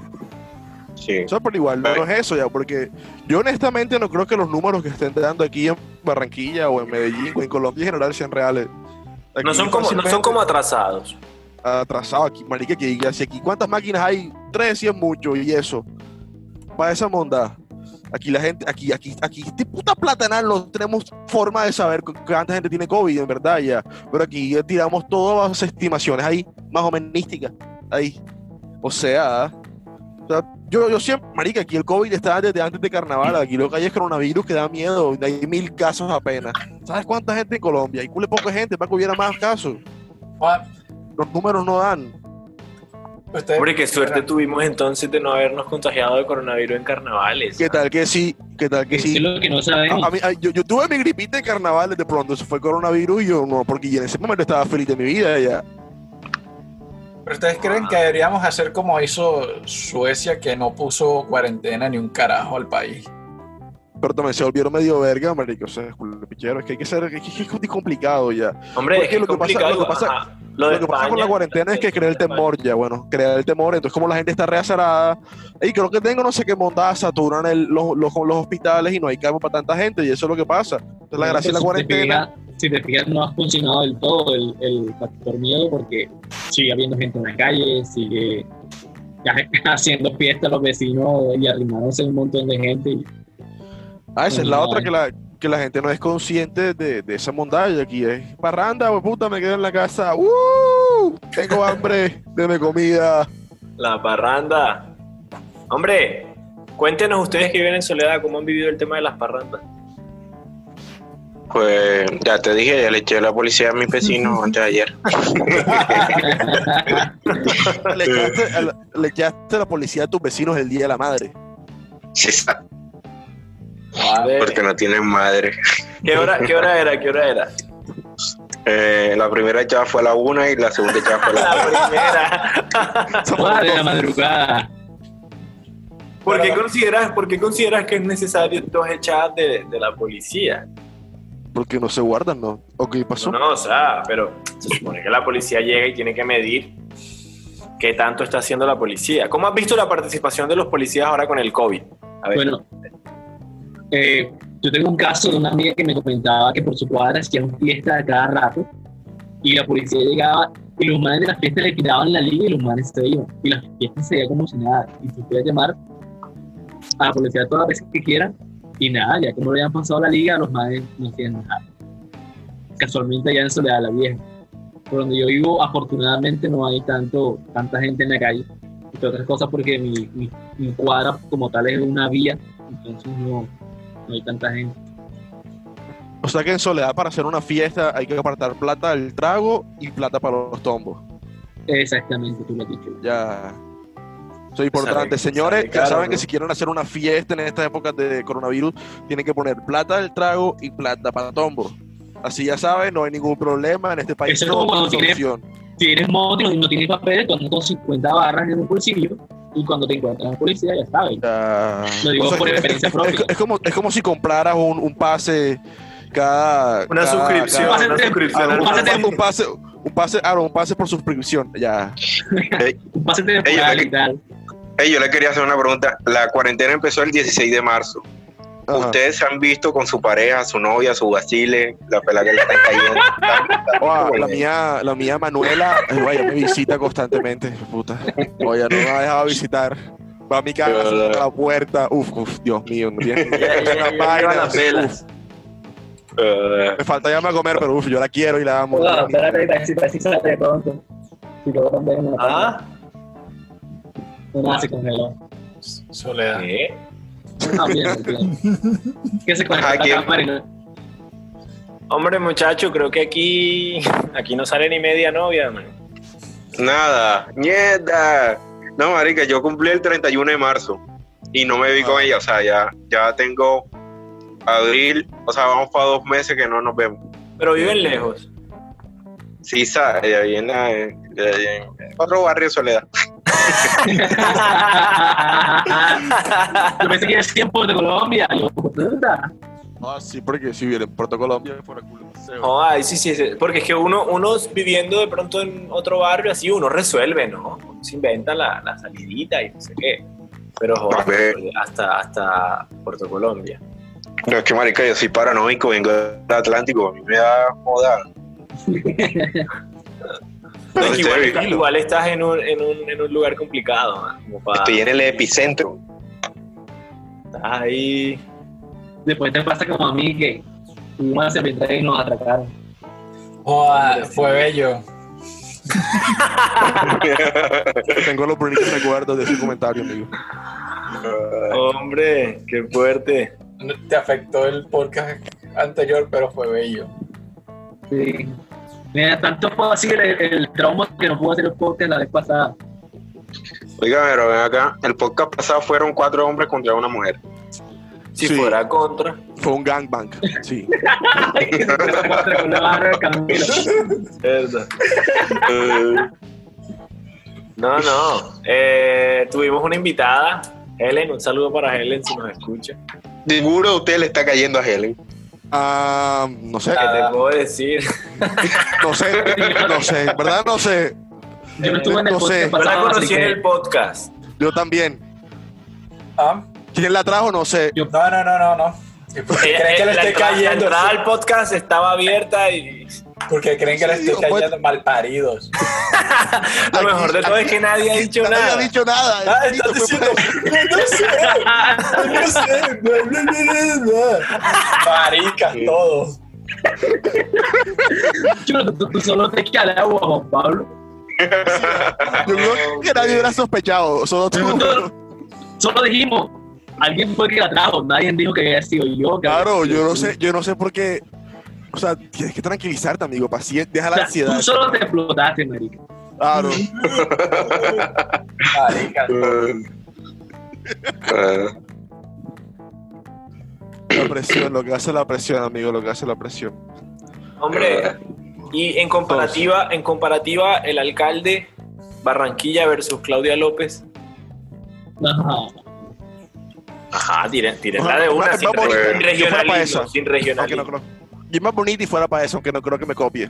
Sí. O sea, pero igual no, no es eso ya, porque yo honestamente no creo que los números que estén dando aquí en Barranquilla o en Medellín o en Colombia en general sean reales. Aquí No son como, no son fácilmente como atrasados. atrasado aquí, marica, que diga, si aquí cuántas máquinas hay, tres y es mucho y eso. Para esa monda. Aquí la gente, aquí, aquí, aquí, de puta platanal, no tenemos forma de saber cu- cuánta gente tiene COVID, en verdad, ya. Pero aquí ya tiramos todas las estimaciones ahí, más o menos ahí. O sea, o sea, yo, yo siempre, marica, aquí el COVID está desde antes de carnaval, aquí lo que hay es coronavirus que da miedo, hay mil casos apenas. ¿Sabes cuánta gente en Colombia? Hay cule poca gente, para que hubiera más casos. Ah, Los números no dan. ustedes- Hombre, qué suerte tuvimos entonces de no habernos contagiado de coronavirus en carnavales. ¿Qué tal que sí? ¿Qué tal que Eso sí? es lo que no sabemos. A, a mí, a- yo, yo tuve mi gripita en carnavales de pronto, eso fue coronavirus y yo no, porque yo en ese momento estaba feliz de mi vida ya. ¿Pero ustedes creen que deberíamos hacer como hizo Suecia, que no puso cuarentena ni un carajo al país? Pero también se volvieron medio verga, marico, o sea, es culo de pichero, es que hay que ser, es que es que es complicado ya. Hombre, Porque es que es lo que pasa- complicado. lo que pasa- Ajá. Lo de Lo que pasa con la España- cuarentena es que crea el temor ya, bueno, crea el temor, entonces como la gente está reazarada, y creo que tengo no sé qué montada, saturan el- los, los, los hospitales y no hay cama para tanta gente, y eso es lo que pasa. Entonces la gracia de la Si te cuarentena... fijas- Si te fijas, no ha funcionado del todo el, el factor miedo porque sigue habiendo gente en la calle, sigue haciendo fiestas los vecinos y arrimándose un montón de gente. y- Ah, esa es la No, otra eh. que la, que la gente no es consciente de, de esa bondad. Y aquí es parranda, we puta, me quedo en la casa. ¡Uh! Tengo hambre, deme comida. La parranda. Hombre, cuéntenos ustedes que viven en Soledad, ¿cómo han vivido el tema de las parrandas? Pues ya te dije, ya le eché a la policía a mis vecinos antes de ayer. Le echaste, a la, le echaste a la policía a tus vecinos el día de la madre. Sí, sa- A ver, porque no tienen madre. ¿qué hora, qué hora era? ¿Qué hora era? Eh, la primera echada fue a la una y la segunda echada fue a la La primera. primera. Hora de la madrugada. ¿Por qué consideras, por qué consideras que es necesario dos echadas de, de la policía? Porque no se guardan, ¿no? ¿O qué pasó? No, no, o sea, pero se supone que la policía llega y tiene que medir qué tanto está haciendo la policía. ¿Cómo has visto la participación de los policías ahora con el COVID? A ver. Bueno, eh, yo tengo un caso de una amiga que me comentaba que por su cuadra hacían fiesta a cada rato y la policía llegaba y los manes de las fiestas le quitaban la liga y los manes se iban. Y las fiestas se iban como si nada. Y tú puedes llamar a la policía todas las veces que quieran y nada, ya como le habían pasado la liga, los manes no hacían nada. Casualmente allá en Soledad la Vieja. Por donde yo vivo, afortunadamente no hay tanto, tanta gente en la calle. Entre otras cosas porque mi, mi, mi cuadra como tal es una vía, entonces no, no hay tanta gente. O sea que en Soledad para hacer una fiesta hay que apartar plata del trago y plata para los tombos. Exactamente, tú lo has dicho. Ya. Eso es importante. Sale- Señores, sale ya caro, saben ¿no? que si quieren hacer una fiesta en estas épocas de coronavirus, tienen que poner plata del trago y plata para tombo. Así ya saben, no hay ningún problema en este país. Eso es todo como cuando tiene tienes- solución. Si eres moto y no tienes papeles, tú andas con cincuenta barras en un bolsillo y cuando te encuentras la policía ya sabes. Ya. Lo digo O sea, por es- experiencia es, propia. es- es como, es como si compraras un, un pase cada... Una cada- suscripción, cada- una Pásate- suscripción. ah, al un, pásate- mes. un pase, un pase, ah, no, un pase por suscripción, ya. Un pase temporal Ey, y tal. Hey, yo le quería hacer una pregunta. La cuarentena empezó el dieciséis de marzo. Ajá. ¿Ustedes se han visto con su pareja, su novia, su vacile, la pelada que le están cayendo? Oa, la mía, la mía Manuela, ay, vaya, me visita constantemente, puta. Oye, no me ha dejado visitar. Va a mi casa, a la puerta. Uf, uf, Dios mío, no tiene Ya, ya, ya, ya, unas vainas, las velas. uf. Eh, Me falta llamarme a comer, pero uf, yo la quiero y la amo. No, espérate, espérate, espérate, pronto. Si lo también no, ¿Ah? no se congeló. Soledad. ¿Qué? Ah, bien, bien. ¿Qué se congeló Ajá, la ¿quién? cámara y no? Hombre, muchacho, creo que aquí, aquí no sale ni media novia, man. nada, mierda. No, marica, yo cumplí el treinta y uno de marzo y no me vi con ella. O sea, ya, ya tengo abril, o sea, vamos para dos meses que no nos vemos. Pero viven lejos. Sí, sabe, ella vive en, la- en- en otro barrio de Soledad. Yo pensé que era tiempo de Colombia. Yo, puta. Ah, sí, porque si viene en Puerto Colombia, fuera culo. Oh, ay, sí, sí, sí, porque es que uno, uno viviendo de pronto en otro barrio así, uno resuelve, ¿no? Uno se inventa la, la salidita y no sé qué. Pero joder, A ver. hasta, hasta Puerto Colombia. No, es que marica, yo soy paranoico, vengo del Atlántico, a mí me da joda. No, es No, que igual, estoy- estás- igual estás en un, en, un, en un lugar complicado, ¿no? Como para, Estoy en el epicentro. estás ahí. Después te pasa como a mí que fuimos a Cementerio y nos atracaron. Joda, fue bello. Tengo los bonitos recuerdos de ese comentario, amigo. Hombre, qué fuerte. Te afectó el podcast anterior, pero fue bello. Sí. Mira, tanto fue así el, el trauma que no pudo hacer el podcast la vez pasada. Oiga, pero ven acá, el podcast pasado fueron cuatro hombres contra una mujer. Si Sí. fuera contra. Fue un gangbang, sí. Que se puso contra con la barra de Camilo. Verdad. Eh, No, no. Eh, tuvimos una invitada, Helen. Un saludo para Helen si nos escucha. Ninguno de ustedes le está cayendo a Helen. Ah, no sé, ¿Qué te puedo decir? no sé, no sé, ¿verdad? No sé. Yo no estuve en el No sé. podcast Yo la pasado, así conocí en que el podcast. Yo también. ¿Ah? ¿Quién la trajo? No sé. yo No, no, no, no, no. ¿Y por qué Eh, creen que eh, le la, esté entrada, la cayendo? entrada al podcast estaba abierta y Porque creen que le Sí, estoy o puede- cayendo malparidos. lo mejor de todo es que nadie ha dicho Nadie nada. ha dicho nada. Ah, El estás grito fue- diciendo, no, no sé, no sé, bla, bla, bla, bla, bla. Maricas, todos. Chulo, tú, tú solo te echas al agua, Juan Pablo. Yo creo que nadie hubiera sospechado. Solo tú. Solo dijimos, alguien fue que la trajo, nadie dijo que había sido yo. que Claro, había yo sido no tú. sé, yo no sé por qué. O sea, tienes que tranquilizarte, amigo. Paciente, deja O la sea, ansiedad. tú solo te explotaste, marica. Claro. Maricas, Eh, eh, La presión, lo que hace la presión, amigo, lo que hace la presión. Hombre, Y en comparativa, en comparativa, el alcalde Barranquilla versus Claudia López. Ajá. Ajá, tiren, tiren la de una, Es sin, más bonito, sin yo fuera para regionalismo, eso. sin Aunque no regionalismo. creo. Y es más bonito y fuera para eso, aunque no creo que me copie.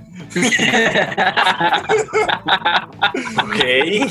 Ok.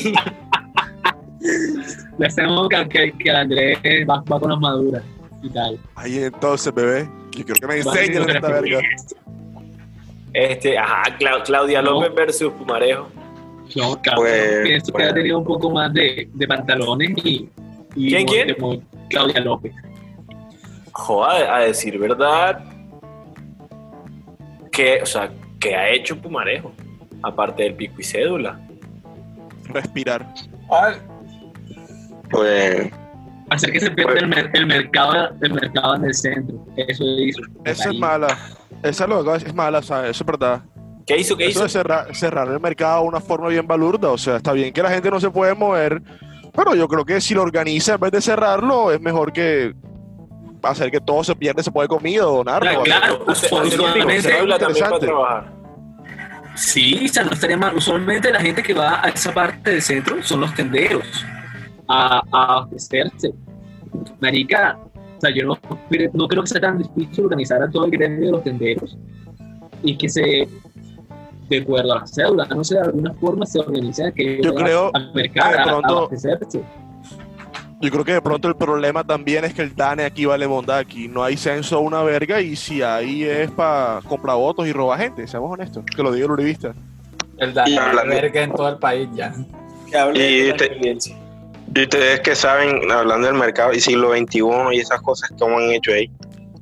Le hacemos que, que, que Andrés va, va con las maduras y tal. Ahí entonces, bebé, yo creo que me Vale, enseñen no, esta no, verga. Este, ajá, Cla- Claudia No. López versus Pumarejo. No, claro, Pues, pienso que pues. ha tenido un poco más de, de pantalones y, y ¿Quién, quién? como Claudia López. Joder, a decir verdad, que, o sea, ¿qué ha hecho Pumarejo? Aparte del pico y cédula. Respirar. Ah, Pues, Hacer que se pierda el, mer- el mercado el mercado en el centro. Eso hizo. Esa Ahí. es mala. Esa es lo que es mala, ¿sabes? Eso es verdad. ¿Qué hizo? ¿Qué Eso hizo? de cerrar, cerrar el mercado de una forma bien balurda. O sea, está bien que la gente no se puede mover, pero yo creo que si lo organiza en vez de cerrarlo, es mejor que hacer que todo se pierda, se puede comida, donarlo. Claro, claro. Usted- usted tiene pico y Usualmente- cédula también para interesante. trabajar. Sí, o sea, no estaría mal. Usualmente la gente que va a esa parte del centro son los tenderos a, a abastecerse. Marica, o sea, yo no, no creo que sea tan difícil organizar a todo el gremio de los tenderos y que se, de acuerdo a la cédula, no sé, de alguna forma se organiza que Yo creo al mercado que de a- a pronto- abastecerse. Yo creo que de pronto el problema también es que el D A N E aquí vale monda, aquí no hay censo una verga y si hay es para comprar votos y robar gente, seamos honestos, que lo diga el uribista. el daño Y de hablando- verga en todo el país ya. Que hable Y de la te- experiencia. y ustedes que saben, hablando del mercado y siglo veintiuno y esas cosas, ¿cómo han hecho ahí?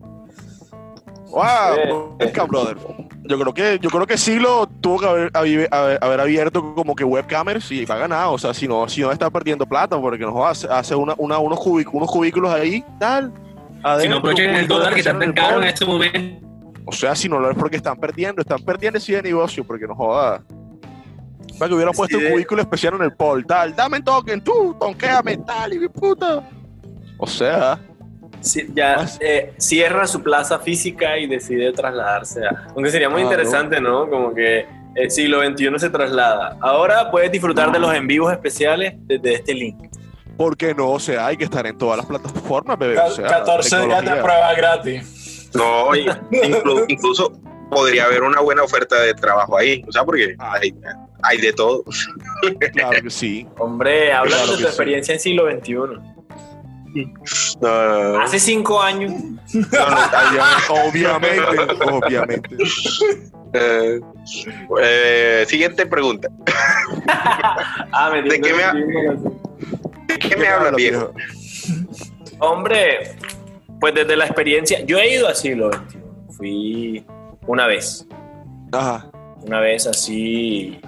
¡Wow! Webcam, brother. Yo creo que, yo creo que sí lo tuvo que haber, haber, haber- haber abierto como que webcamers y va a ganar. O sea, si no, si no está perdiendo plata, porque nos hace, hace una, una, unos, cubículos, unos cubículos ahí, tal. Si adentro, no aprovechan el cubículos dólar que está en tan el caro en mall. este momento. O sea, si no lo es porque están perdiendo, están perdiendo ese negocio, porque no joda. Para que hubieran Sí, puesto de- un cubículo especial en el pol, tal. Dame token, tú, tonquéame, tal, y mi puta. O sea, Sí, ya Más. eh, cierra su plaza física y decide trasladarse a... Aunque sería muy Claro. interesante, ¿no? Como que el siglo veintiuno se traslada. Ahora puedes disfrutar de los en vivos especiales desde este link. ¿por qué no? O sea, hay que estar en todas las plataformas, bebé. O sea, catorce días de tecnología. prueba gratis. No, y inclu- incluso podría haber una buena oferta de trabajo ahí, o sea, porque Ah. hay, hay de todo. Claro que sí. Hombre, habla Claro de que tu sí. experiencia en siglo veintiuno. No, no, no. Hace cinco años. No, no, Obviamente, obviamente. eh, eh, siguiente pregunta. Ah, me ¿De qué me ha- ¿De qué me hablas, viejo? Hombre, pues desde la experiencia, yo he ido a siglo veintiuno. Fui una vez. Ajá. Una vez así,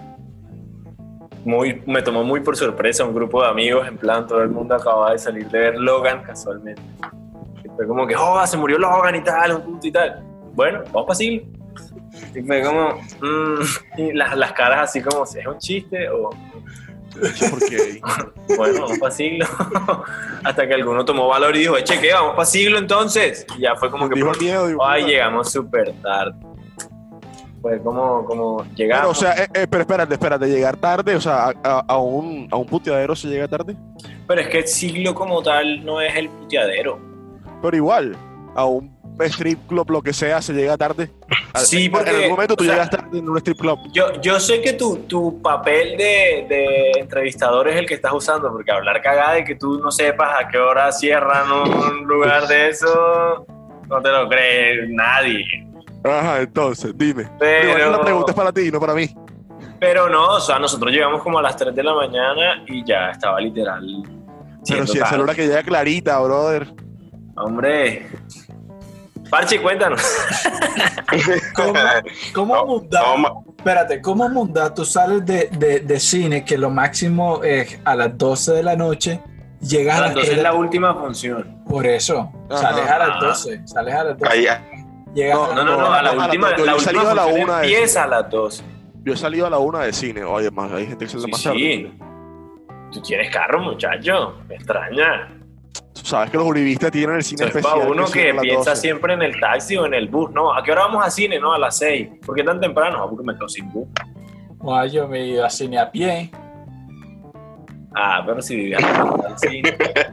muy, me tomó muy por sorpresa un grupo de amigos, en plan, todo el mundo acababa de salir de ver Logan casualmente. Y fue como que, oh, se murió Logan y tal, un punto y tal. Bueno, vamos para siglo. Y fue como, mm, y las, las caras así como, ¿es un chiste? O, Porque bueno, vamos para siglo. Hasta que alguno tomó valor y dijo, eche, ¿qué? Vamos para siglo entonces. Y ya fue como que, dijo el miedo. digo, ay, puta. llegamos súper tarde. Fue como, como Pero, llegamos. o sea, eh, eh, pero espérate, espérate, llegar tarde, o sea, a, a- a un, a un puteadero se llega tarde. Pero es que el siglo como tal no es el puteadero. Pero igual, a un strip club, lo que sea, se llega tarde. A- Sí, en- porque, En algún momento tú o sea, llegas tarde en un strip club. Yo, yo sé que tu, tu papel de, de entrevistador es el que estás usando, porque hablar cagada de que tú no sepas a qué hora cierran un lugar de eso, no te lo cree nadie. Ajá, entonces, dime. Pero- igual la pregunta es para ti, no para mí. Pero no, o sea, nosotros llegamos como a las tres de la mañana y ya estaba literal. Pero siendo si es tarde. la hora que llega clarita, brother. Hombre. Parche, cuéntanos. ¿Cómo, cómo No, mundá? no, ma- Espérate, ¿cómo mundá tú sales de, de, de cine que lo máximo es a las doce de la noche, llegas A a las las doce tres es de la última función. Por eso, Ajá. sales a las Ajá. doce, sales a las doce, ahí- llegas No, a las No, no, no, a la no, a la- última, yo- yo la he salido última a la función una de- empieza a las doce. Yo he salido a la una de cine. Oye, más, hay gente que se le Sí, más tarde. sí. Tú tienes carro, muchacho. Me extraña. Tú sabes que los uribistas tienen el cine Eso es especial. para uno que cierra a las piensa doce. siempre en el taxi o en el bus, ¿no? ¿A qué hora vamos a cine? No, a las seis. ¿Por qué tan temprano? Ah, porque me quedo sin bus. Bueno, yo me iba a cine a pie. Ah, pero si vivías al cine.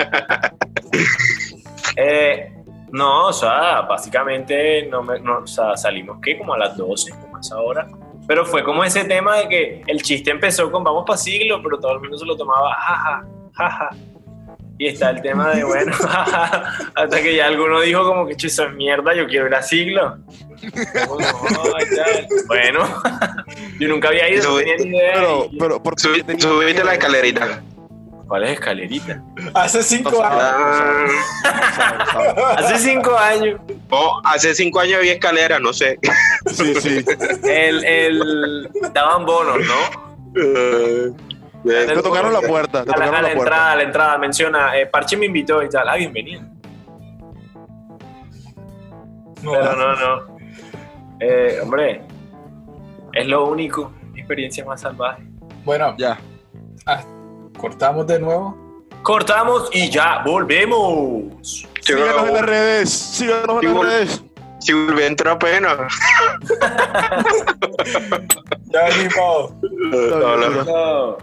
eh, no, o sea, básicamente no me, no, o sea, salimos ¿qué? Como a las doce, como a esa hora. Pero fue como ese tema de que el chiste empezó con vamos para siglo, pero todo el mundo se lo tomaba jaja, jaja. Y está el tema de bueno, jaja, hasta que ya alguno dijo como que eso es mierda, yo quiero ir a siglo. Como, no, y tal. Bueno, yo nunca había ido, no tenía ni idea. Pero, pero, ¿por qué Subí- tenías Subiste miedo? la escalerita. ¿Cuál es escalerita? Hace cinco No años. sabes, Ah, no sabes, no sabes. Hace cinco años. oh, hace cinco años había escalera, no sé. Sí, sí. El, el, daban bonos, ¿no? Eh, Te tocaron la puerta, te A la, tocaron a la la puerta. entrada, a la entrada, menciona, eh, Parche me invitó y tal. Ah, bienvenido. Pero no, no. Eh, hombre, es lo único, mi experiencia más salvaje. Bueno, Ya. ah, cortamos de nuevo. Cortamos y ya volvemos. Síganos en las redes. Síganos en las Igual. redes. Si volví a entrar apenas. Ya venimos. Hola. No.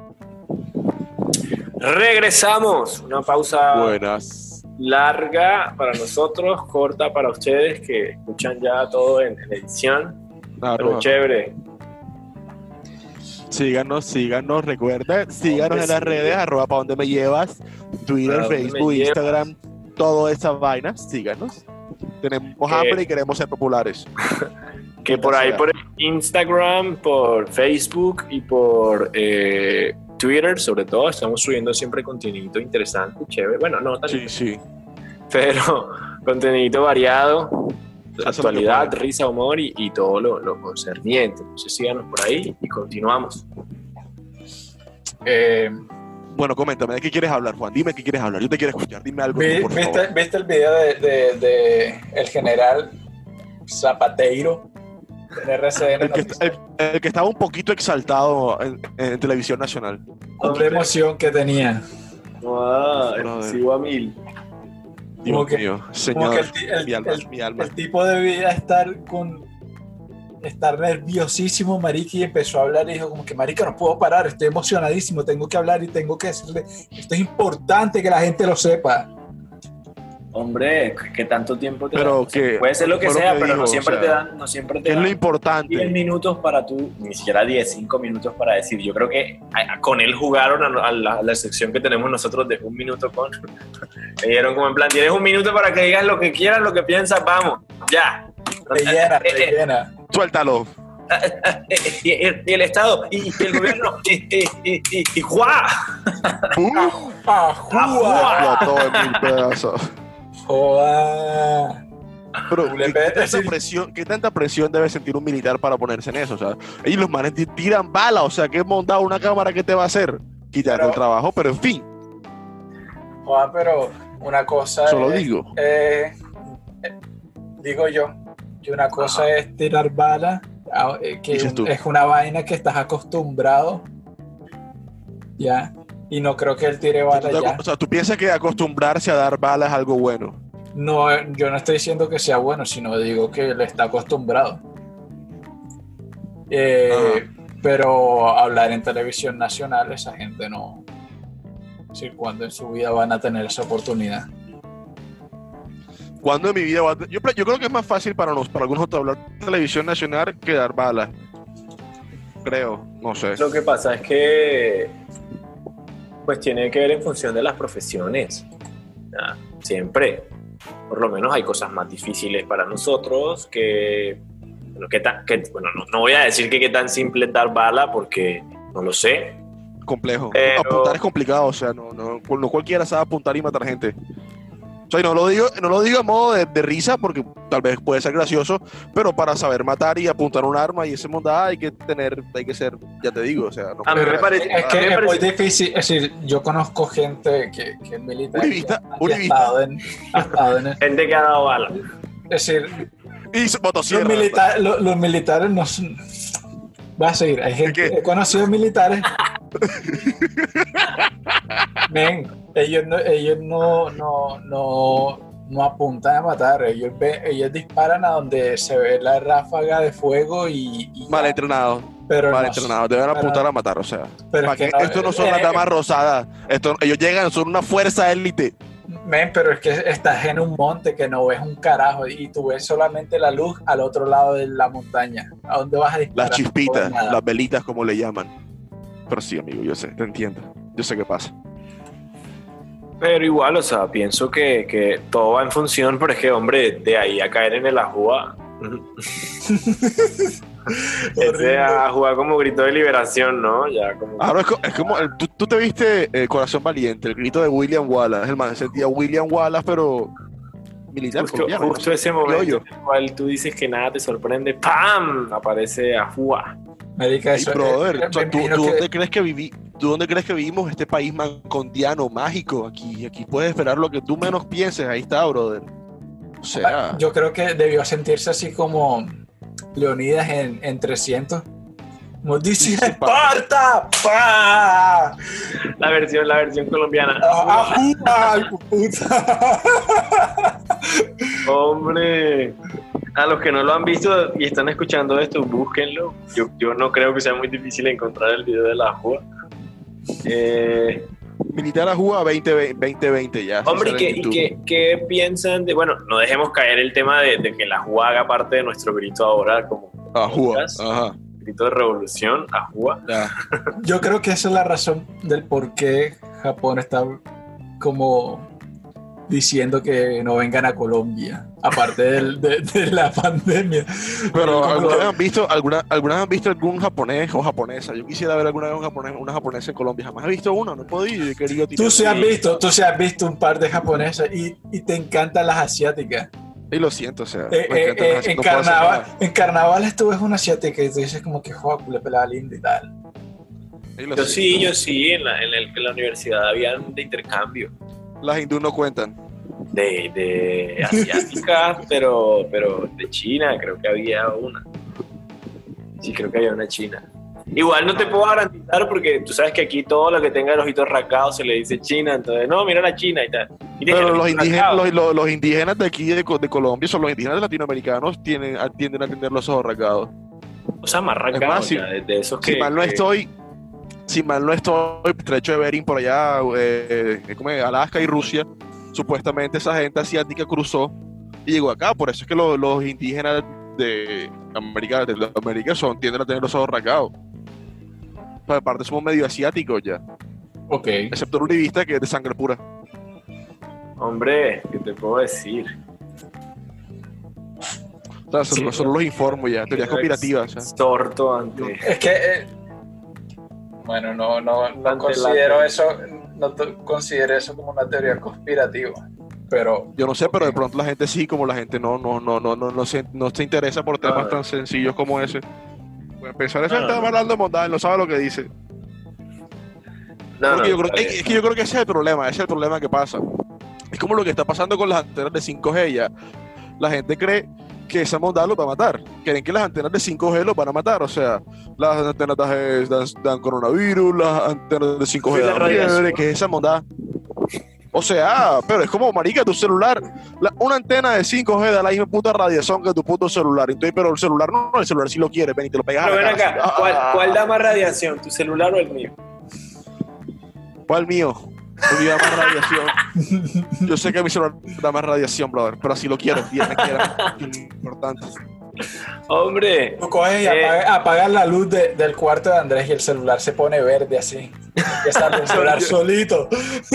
Regresamos. Una pausa Buenas. larga para nosotros, corta para ustedes que escuchan ya todo en, en edición. Claro. Pero chévere. Síganos, síganos, recuerda, síganos Hombre, en las sí. redes, arroba pa' donde me llevas, Twitter, ¿Para dónde me Facebook, llevas? Instagram, todas esas vainas, síganos. Tenemos Que- hambre y queremos ser populares. Que por ahí, sea. por Instagram, por Facebook y por eh, Twitter, sobre todo, estamos subiendo siempre contenido interesante, chévere. Bueno, no tan Sí, sí. pero contenido variado, Eso es lo actualidad, que risa, humor y, y todo lo, lo concerniente. Entonces síganos por ahí y continuamos. Eh, Bueno, coméntame, ¿de qué quieres hablar, Juan? Dime qué quieres hablar, yo te quiero escuchar, dime algo, vi- tú, por ¿viste, favor. viste el video de, de- de el general Zapateiro en R C N? El que, Noticias? el- el que estaba un poquito exaltado en, en televisión nacional. Con la emoción que tenía. Ah, Brother. sigo a mil. Dios Como que- mío, Como señor, que el, ti- el- mi alma, el- mi alma. el tipo debía estar con estar nerviosísimo, marica, y empezó a hablar y dijo como que marica, no puedo parar, estoy emocionadísimo, tengo que hablar y tengo que decirle, esto es importante que la gente lo sepa. Hombre, ¿qué tanto tiempo te Pero dan? que- Puede ser lo que fue lo sea, que pero dijo, no siempre o sea, te dan, no siempre te ¿Qué es dan lo diez importante? minutos para tú, ni siquiera diez, cinco minutos para decir. Yo creo que a- a- con él jugaron a, a la, a la sección que tenemos nosotros de un minuto con. Me dieron como en plan, tienes un minuto para que digas lo que quieras, lo que piensas, vamos, ya. Rellena, Eh, eh, rellena. Suéltalo. eh, eh, Y, y- y el Estado, y, y el gobierno, y, y, y, y, y ¡guau! Uh, ¡Ajúa! explotó en mil pedazos. Joda. Pero, Le ¿qué, pe- qué tanta decir- presión, ¿qué tanta presión debe sentir un militar para ponerse en eso? O sea, ellos los manes ti- tiran balas, o sea, ¿qué montar una cámara que te va a hacer? Quitarte Pero- el trabajo, pero en fin, Joda, pero una cosa solo es, digo. eh, eh, digo yo, que una cosa es tirar balas, ah, eh, que Dices tú. es una vaina que estás acostumbrado, ya, y no creo que él tire ¿Tú balas te ya. aco- O sea, ¿tú piensas que acostumbrarse a dar balas es algo bueno? No, eh, yo no estoy diciendo que sea bueno, sino digo que él está acostumbrado. Eh, pero hablar en televisión nacional, esa gente no. Es decir, cuando en su vida van a tener esa oportunidad. ¿Cuándo en mi vida va a- yo, yo creo que es más fácil para, nos, para algunos otros hablar de televisión nacional que dar balas. Creo, no sé. Lo que pasa es que pues tiene que ver en función de las profesiones. Ya, siempre. Por lo menos hay cosas más difíciles para nosotros que, bueno, que, tan- que- bueno no, no voy a decir que qué tan simple es dar bala porque no lo sé. Complejo. Pero- Apuntar es complicado, o sea, no, no, no cualquiera sabe apuntar y matar gente. O sea, y no lo digo, no lo digo a modo de, de risa, porque tal vez puede ser gracioso, pero para saber matar y apuntar un arma y ese mondada hay que tener, hay que ser, ya te digo, o sea, no A mí me cualquiera. parece, Es a que mí me es muy parece- difícil, es decir, yo conozco gente que, que es militar. Uribista, y ha- y ha uribista. estado en- ha estado en- gente que ha dado bala. es decir, Y los, motosierra. milita- lo- los militares no son. Va a seguir, hay gente, ¿Qué? he conocido militares. Men, ellos no, ellos no, no, no, no apuntan a matar, ellos, ve, ellos disparan a donde se ve la ráfaga de fuego y... y Mal ya. entrenado. Pero Mal no, entrenado, deben pero- apuntar a matar, o sea. pero ¿para es que qué? no, Esto no son eh, las eh, damas rosadas. Esto, ellos llegan, son una fuerza élite. Men, pero es que estás en un monte que no ves un carajo y tú ves solamente la luz al otro lado de la montaña. ¿A dónde vas a disparar? Las chispitas, No ves nada. las velitas, como le llaman. Pero sí, amigo, yo sé, te entiendo. Yo sé qué pasa. Pero igual, o sea, pienso que, que todo va en función, pero es que, hombre, de ahí a caer en el ajúa. Ese Horrible. ajúa como grito de liberación, ¿no? Ya como. Ahora es, co- es como, el- tú, tú te viste eh, Corazón Valiente, el grito de William Wallace. El man sentía William Wallace, pero militar Justo, colombiano. justo ese momento Criollo. en el cual tú dices que nada te sorprende, ¡pam! Aparece ajúa. Marica, Ey, eso, brother, eh, ¿tú, me tú- imagino tú que- dónde crees que viví, ¿tú dónde crees que vivimos este país mancondiano, mágico? Aquí, aquí puedes esperar lo que tú menos pienses. Ahí está, brother. O sea, Yo creo que debió sentirse así como Leonidas en, en trescientos. Como dice Sí, sí, Esparta, ¡pa! La versión, la versión colombiana. ¡Ah, ah, hijo puta! Hombre, a los que no lo han visto y están escuchando esto, búsquenlo. Yo, yo no creo que sea muy difícil encontrar el video de la ajúa. Eh, militar a Juba veinte veinte ya. así Hombre, ¿y sale qué, en y YouTube. qué- qué piensan de...? Bueno, no dejemos caer el tema de, de que la ajúa haga parte de nuestro grito ahora como A Juba, podcast. ajá. grito de revolución, ajúa. Ya. Yo creo que esa es la razón del por qué Japón está como diciendo que no vengan a Colombia, aparte del- de, de la pandemia. Pero Como ¿alguna lo- vez han visto alguna, alguna han visto algún japonés o japonesa? Yo quisiera ver alguna vez un japonés, una japonesa en Colombia. Jamás he visto uno, no he podido y he querido tirar. Tú sí has Sí. visto, tú sí has visto un par de japonesas y, y te encantan las asiáticas. Y lo siento, o sea, Eh, me eh, encantan eh, las- en, no puedo hacer carnaval, nada. en carnavales tú ves una asiática y te dices como que joder, le pelada linda y tal. Y lo Yo siento. sí, yo sí, en la, en el- en la universidad habían de intercambio. Las hindúes no cuentan. De, de asiáticas, pero, pero de China, creo que había una. Sí, creo que había una china. Igual no te puedo garantizar porque tú sabes que aquí todo lo que tenga el ojito rasgado se le dice China, entonces no, mira la China y tal. Y tiene Pero el los ojito indígenas, rasgado. los, los- los indígenas de aquí de, Co- de Colombia, son los indígenas latinoamericanos, tienen, tienden a tener los ojos rasgados. O sea, más rasgado, Es más, si- ya, de, de esos que... Si mal no que- estoy, si mal no estoy, estrecho de Bering por allá, eh, es como Alaska y Rusia, supuestamente esa gente asiática cruzó y llegó acá. Por eso es que los, los indígenas de América, de América son, tienden a tener los ojos rasgados. Pues aparte somos medio asiáticos ya, Ok. excepto el uribista que es de sangre pura. Hombre, ¿qué te puedo decir? O sea, solo, Sí. solo los informo ya, teorías conspirativas. O sea. Exhorto ante... Es que eh, bueno, no, no, no Ante considero la- eso, no to- considero eso como una teoría conspirativa. Pero Yo no sé, pero de pronto la gente sí, como la gente no, no, no, no, no, no, se, no se interesa por temas Ah. tan sencillos como ese. Pues pensar eso No, está no. hablando de bondad, él no sabe lo que dice. No, no, Porque yo creo, está es, bien. es que yo creo que ese es el problema, ese es el problema que pasa. Es como lo que está pasando con las antenas de cinco G ya. La gente cree que esa bondad los va a matar. Creen que las antenas de cinco G los van a matar. O sea, las antenas de dan, dan coronavirus, las antenas de cinco G Sí, la dan radiación. fiebre, que es esa bondad. O sea, pero es como, marica, tu celular, la- una antena de cinco G da la misma puta radiación que tu puto celular. Entonces, pero el celular no, el celular sí lo quiere, ven y te lo pegas Pero a la ven cara. acá, así. ¿cuál, Ah, cuál da más radiación, tu celular o el mío? ¿Cuál mío? El mío da más radiación. Yo sé que mi celular da más radiación, brother, pero así lo quiero, bien, quiera. Importante. Hombre, tú coges y Eh. apagas, apagas la luz de- del cuarto de Andrés y el celular se pone verde así. Empieza a celular solito.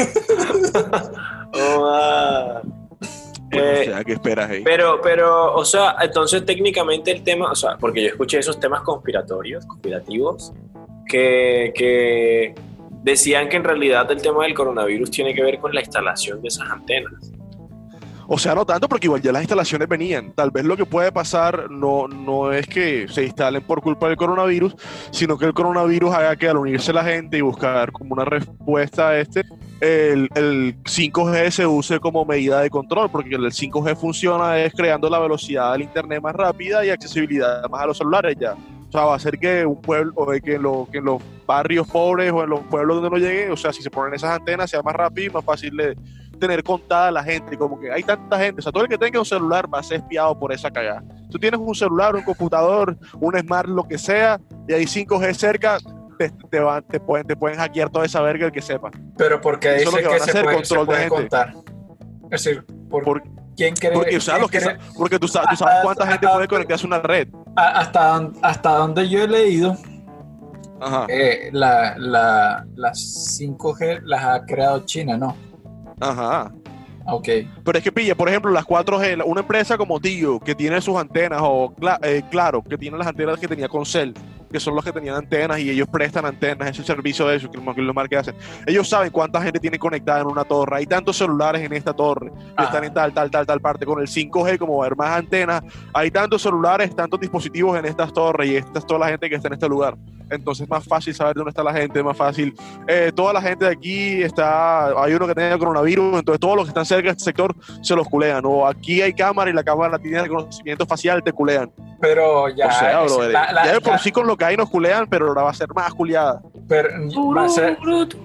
oh, ah. Bueno, Eh, o sea, ¿qué esperas ahí? Pero, pero, o sea, entonces técnicamente el tema, o sea, porque yo escuché esos temas conspiratorios, conspirativos, que, que decían que en realidad el tema del coronavirus tiene que ver con la instalación de esas antenas. O sea, no tanto porque igual ya las instalaciones venían. Tal vez lo que puede pasar no, no es que se instalen por culpa del coronavirus, sino que el coronavirus haga que al unirse la gente y buscar como una respuesta a este, el, el cinco G se use como medida de control, porque el cinco G funciona es creando la velocidad del internet más rápida y accesibilidad más a los celulares ya. O sea, va a hacer que un pueblo, o de que, lo, que los barrios pobres o en los pueblos donde no llegue, o sea, si se ponen esas antenas sea más rápido y más fácil de tener contada la gente, como que hay tanta gente, o sea, todo el que tenga un celular va a ser espiado por esa cagada. Tú tienes un celular, un computador, un smart, lo que sea, y hay cinco G cerca, te, te, van, te, pueden, te pueden hackear toda esa verga el que sepa. Pero porque Eso es lo dice que que, van a se hacer, puede, control se puede de gente. contar. Es decir, por, Por- ¿quién cree? Porque, o sea, quién lo que cree- sa- porque tú, sabes, tú sabes cuánta gente puede conectarse a una red. a- hasta, don- hasta donde yo he leído, Ajá, eh, la, la, las cinco G las ha creado China, ¿no? ajá. Ok. Pero es que pilla, por ejemplo, las cuatro G, la- una empresa como Tigo, que tiene sus antenas, o Cla- eh, Claro, que tiene las antenas que tenía Concel, que son los que tenían antenas y ellos prestan antenas, ese servicio de eso, que los que los marcas hacen. Ellos saben cuánta gente tiene conectada en una torre. Hay tantos celulares en esta torre, que Ah. están en tal, tal, tal, tal parte. Con el cinco G, como va a haber más antenas, hay tantos celulares, tantos dispositivos en estas torres y esta es toda la gente que está en este lugar. Entonces es más fácil saber dónde está la gente, más fácil. Eh, toda la gente de aquí está, hay uno que tiene el coronavirus, entonces todos los que están cerca de este sector se los culean. O aquí hay cámara y la cámara tiene reconocimiento facial, te culean. Pero ya. o sea, es- bro, la- la- ya de por ya- sí con lo que hay nos culean, pero ahora va a ser más culeada. pero va a ser,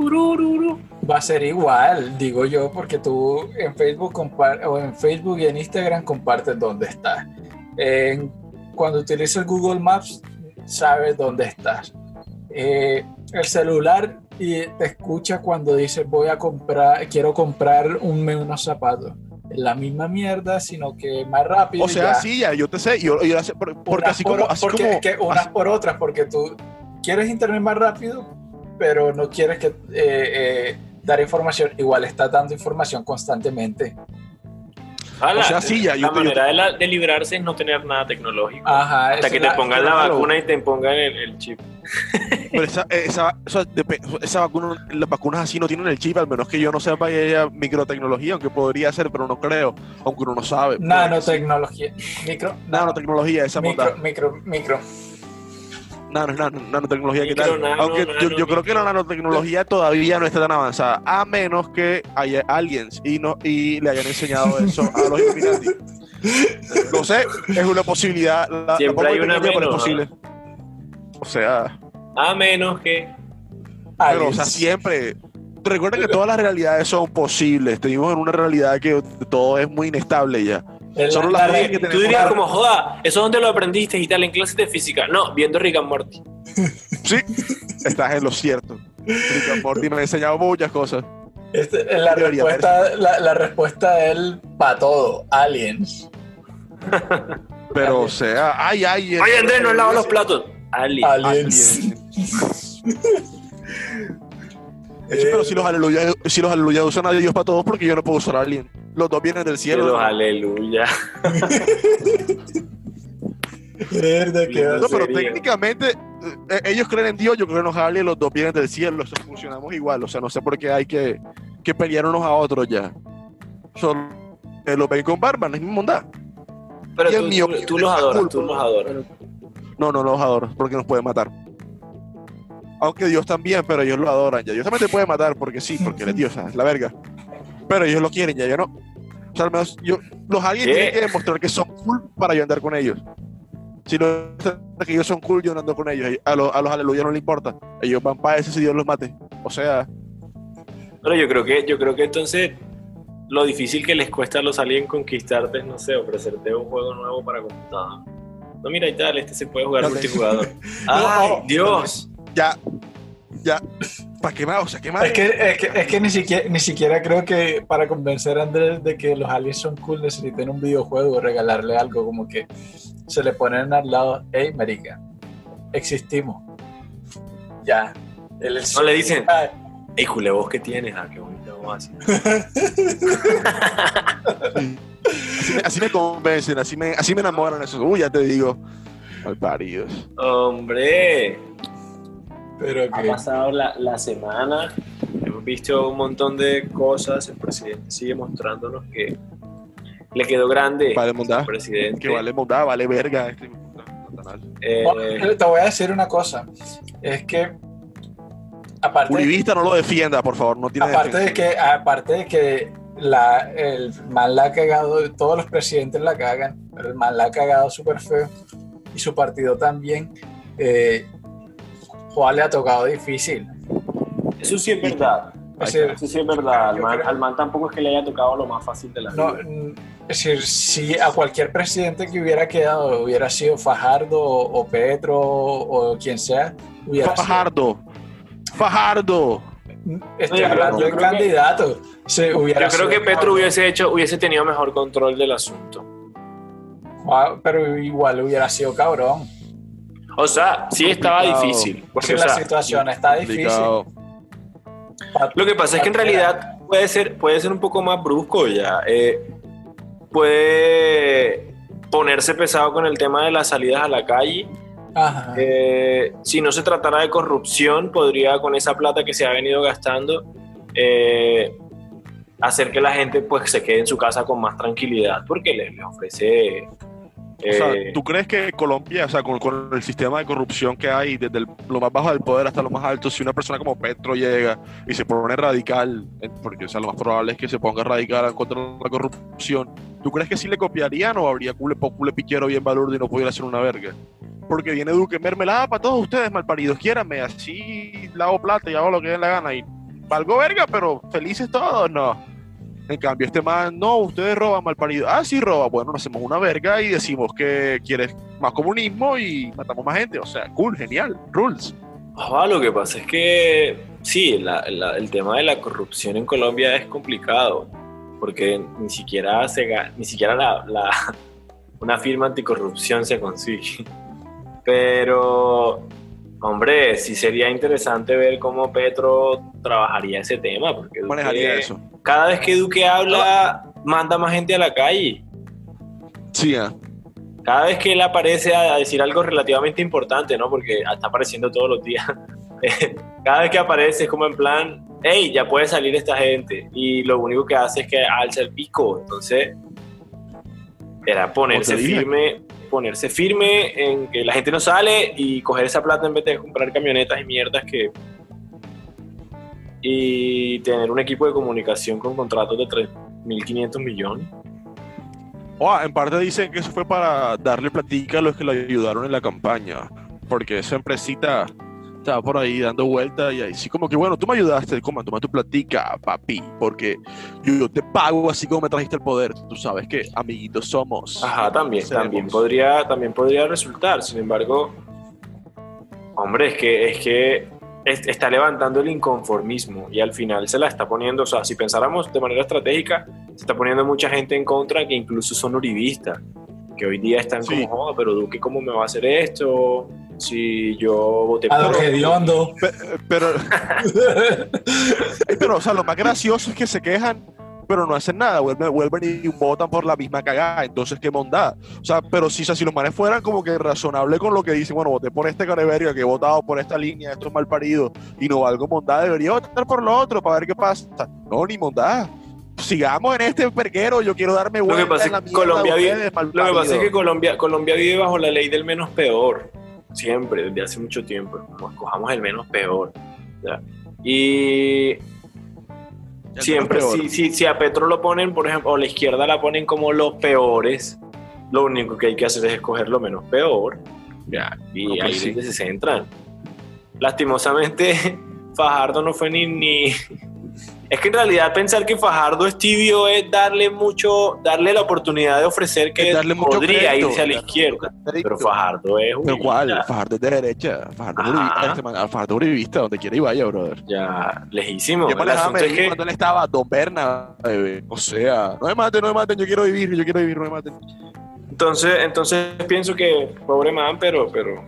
va a ser igual, digo yo, porque tú en Facebook compar- o en Facebook y en Instagram compartes dónde estás. En- cuando utilizas Google Maps, sabes dónde estás. Eh, el celular y te escucha cuando dices voy a comprar, quiero comprar un, unos zapatos. Es la misma mierda, sino que más rápido. O sea, ya. sí, ya, yo te sé, yo, yo sé, por- porque Unas así por- como, así porque como es que unas así- por otras, porque tú quieres internet más rápido, pero no quieres que eh, eh, dar información. Igual estás dando información constantemente. Ala, o sea, sí, ya, yo la te- yo manera te- de, la- de librarse es no tener nada tecnológico. Ajá. Hasta es que te la- pongan la claro. vacuna y te pongan el, el chip. pero esa, esa, esa, depe- esa vacuna, las vacunas así no tienen el chip, al menos que yo no sepa que haya microtecnología, aunque podría ser, pero no creo, aunque uno no sabe. Puede que sí. Nanotecnología. Micro. Nanotecnología, esa Micro, bondad. micro, micro. Nano, nano, nanotecnología, ¿qué Micro, tal? nano, Aunque nano, yo, yo creo que la micro. nanotecnología todavía no está tan avanzada, a menos que haya aliens y no y le hayan enseñado eso a los Illuminati. No sé, es una posibilidad. La, Siempre tampoco hay es una pequeña, pero es menos, posible. O sea, A menos que. pero o sea, siempre. Recuerda que todas las realidades son posibles. Vivimos en una realidad que todo es muy inestable ya. El- Solo la las red- leyes que Tú tenemos. dirías como, joda, ¿eso dónde lo aprendiste y tal? En clases de física. No, viendo Rick and Morty. Sí, estás en lo cierto. Rick and Morty me ha enseñado muchas cosas. Este, la, Debería respuesta, la, la respuesta de él para todo, aliens. Pero, o sea, ay, ay. Oye, Andrés, no he lavado los platos. Ali. Aliens. Eso, pero si los aleluya, si los aleluya usan a Dios para todos, porque yo no puedo usar a alguien. Los dos vienen del Que cielo. los ¿no? aleluya. Mierda, qué No, No, pero sería. técnicamente eh, ellos creen en Dios, yo creo en los aliens, los dos vienen del cielo, o sea, funcionamos igual, o sea, no sé por qué hay que, que pelear unos a otros ya. Solo eh, lo ven con barba, no es mi bondad. Pero Y el tú, mío, tú- tú los adoras, culpa. tú los adoras. No, no los adoro, porque nos pueden matar. Aunque Dios también, pero ellos lo adoran ya. Dios también te puede matar porque sí, porque él es Dios, es la verga. Pero ellos lo quieren ya, yo no. O sea, al menos yo, los aliens ¿Qué? tienen que demostrar que son cool para yo andar con ellos. Si no demuestran que ellos son cool, yo no ando con ellos. A los, a los aleluyas no les importa. Ellos van para ese si Dios los mate. O sea, Pero yo creo que, yo creo que entonces lo difícil que les cuesta a los aliens conquistarte es, no sé, ofrecerte un juego nuevo para computadora. No, mira y tal, este se puede jugar Ok. multijugador. ¡Ay, Dios! ya, ya. ¿Para qué más? O sea, ¿qué más? Es que, es, que, es que ni siquiera, ni siquiera creo que para convencer a Andrés de que los aliens son cool necesiten un videojuego, regalarle algo, como que se le ponen al lado, hey, marica, existimos. Ya. Él es- No le dicen, Ah, ¡ey, jule, vos qué tienes! ¡Ah, qué bonita voz! Así, me- así me convencen, así me, así me enamoran esos. Uy, ya te digo. Malparidos. ¡Hombre! pero Ha que pasado la, la semana, hemos visto un montón de cosas, el presidente sigue mostrándonos que le quedó grande Vale, al mondad. presidente. Que vale mondad, vale verga. Este, Satanás. Eh, Oh, te voy a decir una cosa, es que aparte de, Uribista, no lo defienda, por favor. No tiene aparte de defensa. que aparte de que la, el man la ha cagado, todos los presidentes la cagan, pero el man la ha cagado súper feo y su partido también. eh, Juan le ha tocado difícil. Eso sí es verdad. Es decir, Eso sí es verdad. Al yo man, creo- al man tampoco es que le haya tocado lo más fácil de la vida. no, mm, es decir, si a cualquier presidente que hubiera quedado hubiera sido Fajardo o, o Petro o quien sea, hubiera Fajardo. Fajardo. sido. Estoy Oye, hablando yo de creo que- candidato. Se hubiera Yo creo sido que Petro mejor. hubiese hecho, hubiese tenido mejor control del asunto. Wow, pero igual hubiera sido cabrón. O sea, sí estaba Complicado. difícil. Porque, Si o la sea, situación está difícil. Complicado. pa- lo que pasa es que en cualquiera. realidad puede ser, puede ser un poco más brusco ya. Eh, puede ponerse pesado con el tema de las salidas a la calle. Ajá. Eh, si no se tratara de corrupción, podría con esa plata que se ha venido gastando eh, hacer que la gente pues se quede en su casa con más tranquilidad porque le, le ofrece... O sea, eh, ¿tú crees que Colombia, o sea, con, con el sistema de corrupción que hay, desde el- lo más bajo del poder hasta lo más alto, si una persona como Petro llega y se pone radical, eh, porque o sea, lo más probable es que se ponga radical en contra de la corrupción, ¿tú crees que sí le copiarían o habría cule, cule piquero bien balurdo y no pudiera hacer una verga? Porque viene Duque, mermelada para todos ustedes, malparidos, quiéranme, así lavo plata y hago lo que den la gana y valgo verga, pero felices todos, no. En cambio, este man, no, ustedes roban, malparido. Ah, sí, roba. Bueno, nos hacemos una verga y decimos que quieres más comunismo y matamos más gente. O sea, cool, genial, rules. Ah, lo que pasa es que sí, la- la- el tema de la corrupción en Colombia es complicado, porque ni siquiera, se, ga- ni siquiera la, la- una firma anticorrupción se consigue. Pero, hombre, sí sería interesante ver cómo Petro trabajaría ese tema, porque Duque- Manejaría eso. cada vez que Duque habla, manda más gente a la calle. Sí, ah. Cada vez que él aparece a decir algo relativamente importante, ¿no? Porque está apareciendo todos los días. Cada vez que aparece es como en plan, hey, ya puede salir esta gente. Y lo único que hace es que alza el pico. Entonces, era ponerse Como te dije. firme, ponerse firme en que la gente no sale y coger esa plata en vez de comprar camionetas y mierdas que... Y tener un equipo de comunicación con contratos de tres mil quinientos millones. Oh, en parte dicen que eso fue para darle platica a los que le ayudaron en la campaña. Porque esa empresita estaba por ahí dando vueltas y ahí sí como que, bueno, tú me ayudaste, coma, toma tu platica, papi. Porque yo, yo te pago así como me trajiste el poder. Tú sabes que amiguitos somos. Ajá, también, Seremos. también podría, también podría resultar. Sin embargo, hombre, es que, es que es- está levantando el inconformismo y al final se la está poniendo, o sea, si pensáramos de manera estratégica, se está poniendo mucha gente en contra que incluso son uribistas, que hoy día están Sí. como, "Joda, pero Duque, ¿cómo me va a hacer esto? Si yo voté A lo por... hediondo. Pe- Pero, pero, o sea, lo más gracioso es que se quejan, pero no hacen nada, vuelven, vuelven y votan por la misma cagada, entonces qué bondad. O sea, pero si, o sea, si los manes fueran como que razonables con lo que dicen, bueno, voté por este careverga, que he votado por esta línea, esto es mal parido, y no valgo bondad, debería votar por lo otro para ver qué pasa. No, ni bondad. Sigamos en este perguero, yo quiero darme Lo vuelta que pasa en la es que mierda Colombia de vive, ustedes, lo que pasa es malparidos. que Colombia, Colombia vive bajo la ley del menos peor, siempre, desde hace mucho tiempo, como escojamos el menos peor. ¿ya? Y El siempre, peor. si, si, si a Petro lo ponen, por ejemplo, o la izquierda la ponen como los peores, lo único que hay que hacer es escoger lo menos peor, ¿ya? Y No, pues ahí es sí. donde se centran. Lastimosamente, Fajardo no fue ni, ni... Es que en realidad pensar que Fajardo es tibio es darle mucho, darle la oportunidad de ofrecer que Es darle mucho podría crédito, irse a la darle izquierda. crédito. Pero Fajardo es Pero ¿cuál? uribista, Fajardo es de derecha. Fajardo es Ajá. uribista, este man, Fajardo es uribista, donde quiera y vaya, brother. ya lejísimo. Yo El manejaba asunto es Medellín que, cuando él estaba Don Berna, bebé. O sea, no me maten, no me maten, yo quiero vivir, yo quiero vivir, no me maten. entonces, entonces pienso que pobre man, pero, pero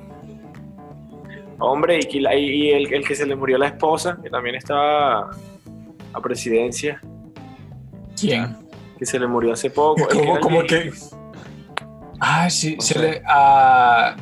hombre, y, que la- y el, el que se le murió la esposa, que también estaba a presidencia, ¿Quién? que se le murió hace poco. el que ¿Cómo, era cómo el- que? Ah, sí, No se sé. le. Ah,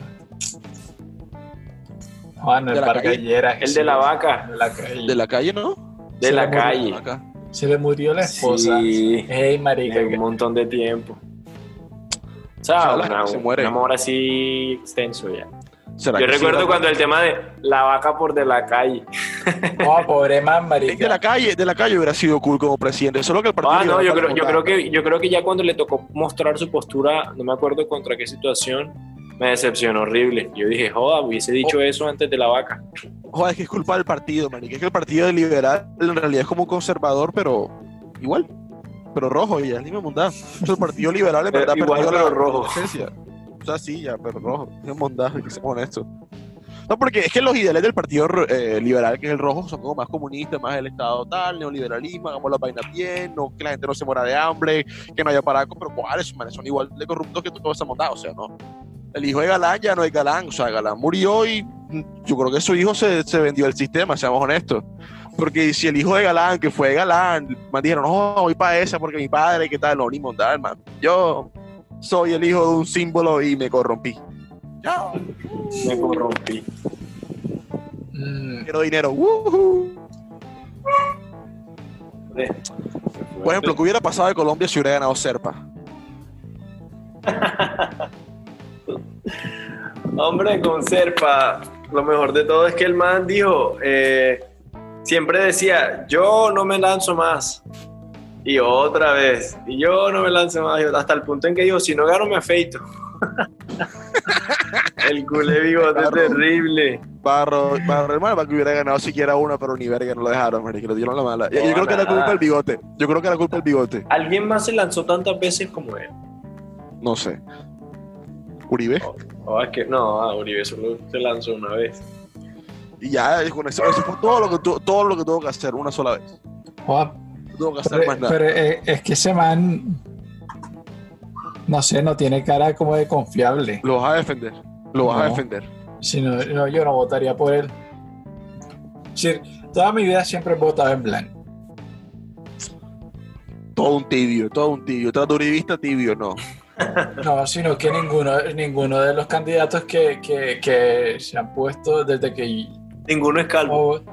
Juan, el ¿De la Vargas calle? Lleras, El se de la le- vaca. De la calle. De la calle, ¿no? de se la le murió calle. Acá. Se le murió la esposa. Sí. Hey, marica. De un montón de tiempo. O sea, O sea, la una- gente se muere. un amor así extenso ya. ¿Será Yo que sí recuerdo era- cuando el tema de la vaca por de la calle. Oh, pobre man, De marica. la calle, de la calle hubiera sido cool como presidente. Solo que el partido. Ah, no, yo Liberal creo, yo votaba. creo que yo creo que ya cuando le tocó mostrar su postura, no me acuerdo contra qué situación, me decepcionó horrible. Yo dije, joda, hubiese dicho eso antes de la vaca. Joder, es que es culpa del partido, marica. Es que el partido liberal en realidad es como un conservador, pero igual. Pero rojo, ya, ni me mondá. El partido liberal en verdad Igual, perdió pero la rojo. adolescencia. O sea, sí, ya, pero rojo. Ni me mondá, hay que ser honesto. No, porque es que los ideales del partido eh, liberal, que es el rojo, son como más comunistas, más el Estado tal, neoliberalismo, hagamos las vainas bien, no, que la gente no se muera de hambre, que no haya paraco, pero cuáles, manes, son igual de corruptos que toda esa mondada, o sea, no. El hijo de Galán ya no es Galán, o sea, Galán murió y yo creo que su hijo se, se vendió el sistema, seamos honestos. Porque si el hijo de Galán, que fue Galán, me dijeron, no, voy para esa porque mi padre, ¿qué tal? No, ni mondada, hermano. Yo soy el hijo de un símbolo y me corrompí. Yo Me corrompí. Mm, quiero dinero. ¡Woohoo! Eh, Por ejemplo, ¿qué hubiera pasado de Colombia si hubiera ganado Serpa? Hombre, con Serpa, lo mejor de todo es que el man dijo, eh, siempre decía, yo no me lanzo más. Y otra vez, y yo no me lanzo más. Hasta el punto en que dijo, si no gano me afeito. El culé bigote Claro. terrible. Barro, barro, hermano, para que hubiera ganado siquiera una, pero ni verga, no lo dejaron, marica, lo dieron la mala. Yo, yo No, creo que era nada. culpa del bigote. Yo creo que era culpa del bigote. ¿Alguien más se lanzó tantas veces como él? No sé. Uribe. Oh, es que, no, ah, Uribe solo se lanzó una vez. Y ya, con eso, eso fue todo lo que tu- todo lo que tuvo que hacer una sola vez. joda, No tuvo que hacer pero, más nada. pero, eh, es que ese man, no sé, no tiene cara como de confiable. Lo vas a defender. Lo vas a No. defender. Si no, no, yo no votaría por él. Sí, toda mi vida siempre he votado en blanco. Todo un tibio, todo un tibio. Trato uribista tibio, no. No, sino que ninguno, ninguno de los candidatos que, que, que se han puesto desde que Ninguno es calvo. oh,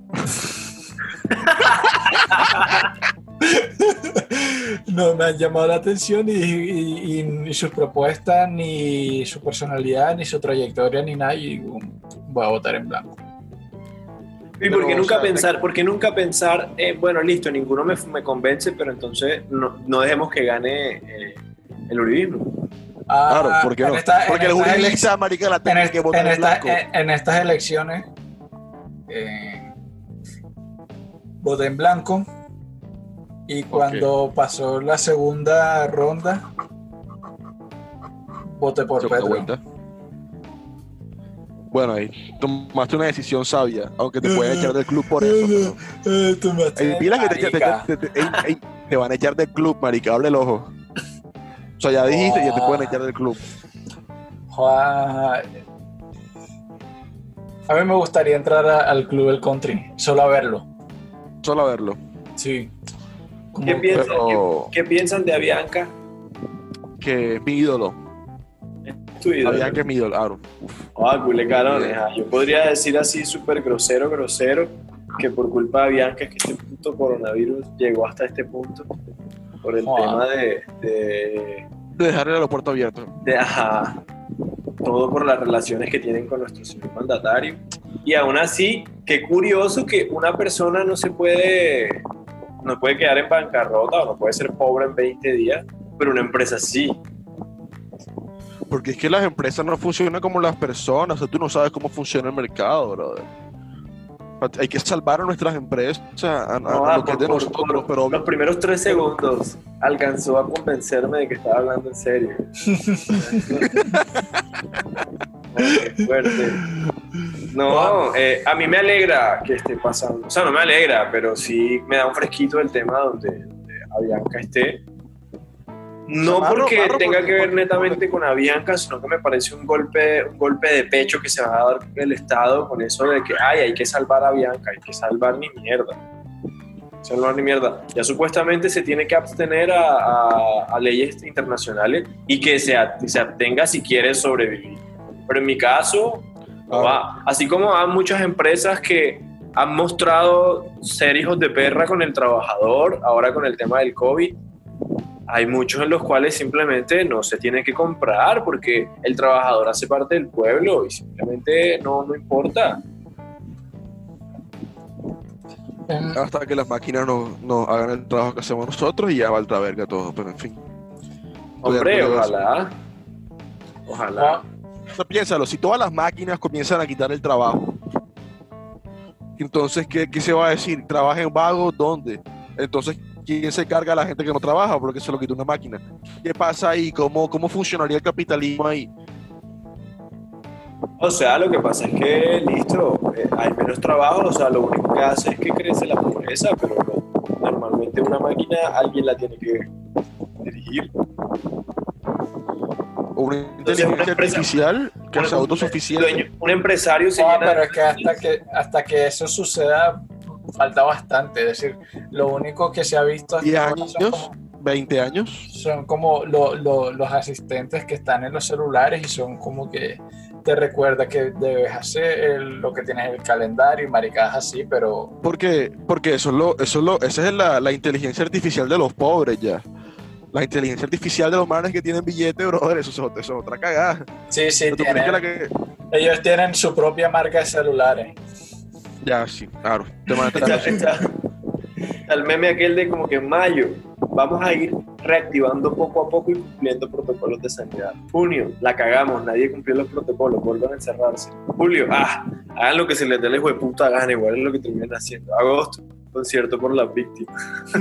no me han llamado la atención y, y- y ni sus propuestas, ni su personalidad, ni su trayectoria, ni nada. Y um, voy a votar en blanco. ¿Y por qué Pero, nunca o sea, pensar, por qué nunca pensar, eh, bueno, listo, ninguno me, me convence, pero entonces no, no dejemos que gane eh, el uribismo? Ah, Claro, ¿por qué en no? esta- en Porque los estas uribistas, marica, la en, tienen est- que votar en en esta- blanco. en- en estas elecciones eh, voté en blanco y cuando pasó la segunda ronda voté por Segunda Petro. vuelta. Bueno, ahí tomaste una decisión sabia, aunque te pueden echar del club por eso. pero- Eh, tú me Hay pilas que te, te- marica. te- te- ey, ey, te van a echar del club, marica, abre el ojo. O sea, ya dijiste, ya te pueden echar del club. Joa, a mí me gustaría entrar a- al club del country, solo a verlo. Solo a verlo. Sí. Como ¿Qué que- piensan, Pero ¿qué, qué piensan de Avianca? que es mi ídolo. Tu ídolo. Había que mi ídolo. Aaron. Uf. Ah, culé carones. ah. Yo podría decir así súper grosero, grosero, que por culpa de Avianca es que este puto coronavirus llegó hasta este punto por el Joder. tema de, de, De dejar el aeropuerto abierto. de, ajá, todo por las relaciones que tienen con nuestro señor mandatario. Y aún así, qué curioso que una persona no se puede, no puede quedar en bancarrota o no puede ser pobre en veinte días, pero una empresa sí. Porque es que las empresas no funcionan como las personas. O sea, tú no sabes cómo funciona el mercado, brother. Hay que salvar a nuestras empresas, a, a- No, a ah, lo que es por- de por- nosotros, por pero los primeros tres segundos alcanzó a convencerme de que estaba hablando en serio. Ay, qué fuerte. No, eh, a mí me alegra que esté pasando. O sea, no me alegra, pero sí me da un fresquito el tema donde, donde Avianca esté. No O sea, barro, porque barro, tenga porque- que ver porque- netamente con Avianca, sino que me parece un golpe, un golpe de pecho que se va a dar el Estado con eso de que ay, hay que salvar a Avianca, hay que salvar ni mierda. Salvar ni mierda. Ya supuestamente se tiene que abstener a, a- a leyes internacionales y que se, at- se abstenga si quiere sobrevivir. Pero en mi caso, no va. Así como hay muchas empresas que han mostrado ser hijos de perra con el trabajador, ahora con el tema del COVID, hay muchos en los cuales simplemente no se tiene que comprar porque el trabajador hace parte del pueblo y simplemente no, no importa. en- hasta que las máquinas nos no hagan el trabajo que hacemos nosotros y ya va a verga todo, pero en fin. Hombre, Estoy de acuerdo. ojalá. Ojalá. ah, O sea, piénsalo, si todas las máquinas comienzan a quitar el trabajo, Entonces, ¿qué, qué se va a decir? ¿Trabajen vagos? ¿Dónde? Entonces, ¿quién se carga a la gente que no trabaja? Porque se lo quita una máquina. ¿Qué pasa ahí? ¿Cómo, cómo funcionaría el capitalismo ahí? O sea, lo que pasa es que, listo, eh, hay menos trabajo, o sea, lo único que hace es que crece la pobreza, pero no, normalmente una máquina alguien la tiene que dirigir. Una inteligencia una empresa- artificial que Un- sea autosuficiente. dueño- un empresario se Ah, llena pero de- es que hasta que hasta que eso suceda falta bastante. Es decir, lo único que se ha visto hasta diez ahora años, son como, veinte años. son como lo- lo- los asistentes que están en los celulares y son como que te recuerda que debes hacer el- lo que tienes en el calendario y maricadas así, pero Porque, porque eso es lo, eso es lo, esa es la, la inteligencia artificial de los pobres ya. La inteligencia artificial de los manes que tienen billete, brother, eso, es otra- eso es otra cagada. sí, sí, ¿Tú crees que la tienen, que- ellos tienen su propia marca de celulares. Ya, sí, claro. Te van a Está, tratar- está- está el meme aquel de como que en mayo vamos a ir reactivando poco a poco y cumpliendo protocolos de sanidad. Junio, la cagamos, nadie cumplió los protocolos, vuelvan a encerrarse. Julio, ah, hagan lo que se les dé el hijo de puta gana, igual es lo que terminan haciendo. Agosto, concierto por las víctimas.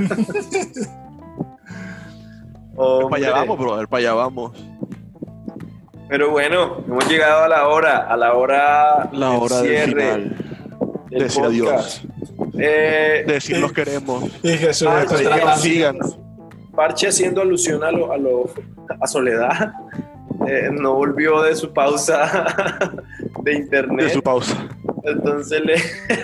Para allá Hombre. vamos, brother, para allá vamos. Pero bueno, hemos llegado a la hora, a la hora, La del hora del cierre final. del Decir podcast. adiós. Eh, Decir los queremos. Y Jesús, Ah, esto sí, está Que nos sigan. Parche haciendo alusión a lo, a lo a Soledad, eh, no volvió de su pausa de internet, De su pausa. entonces le,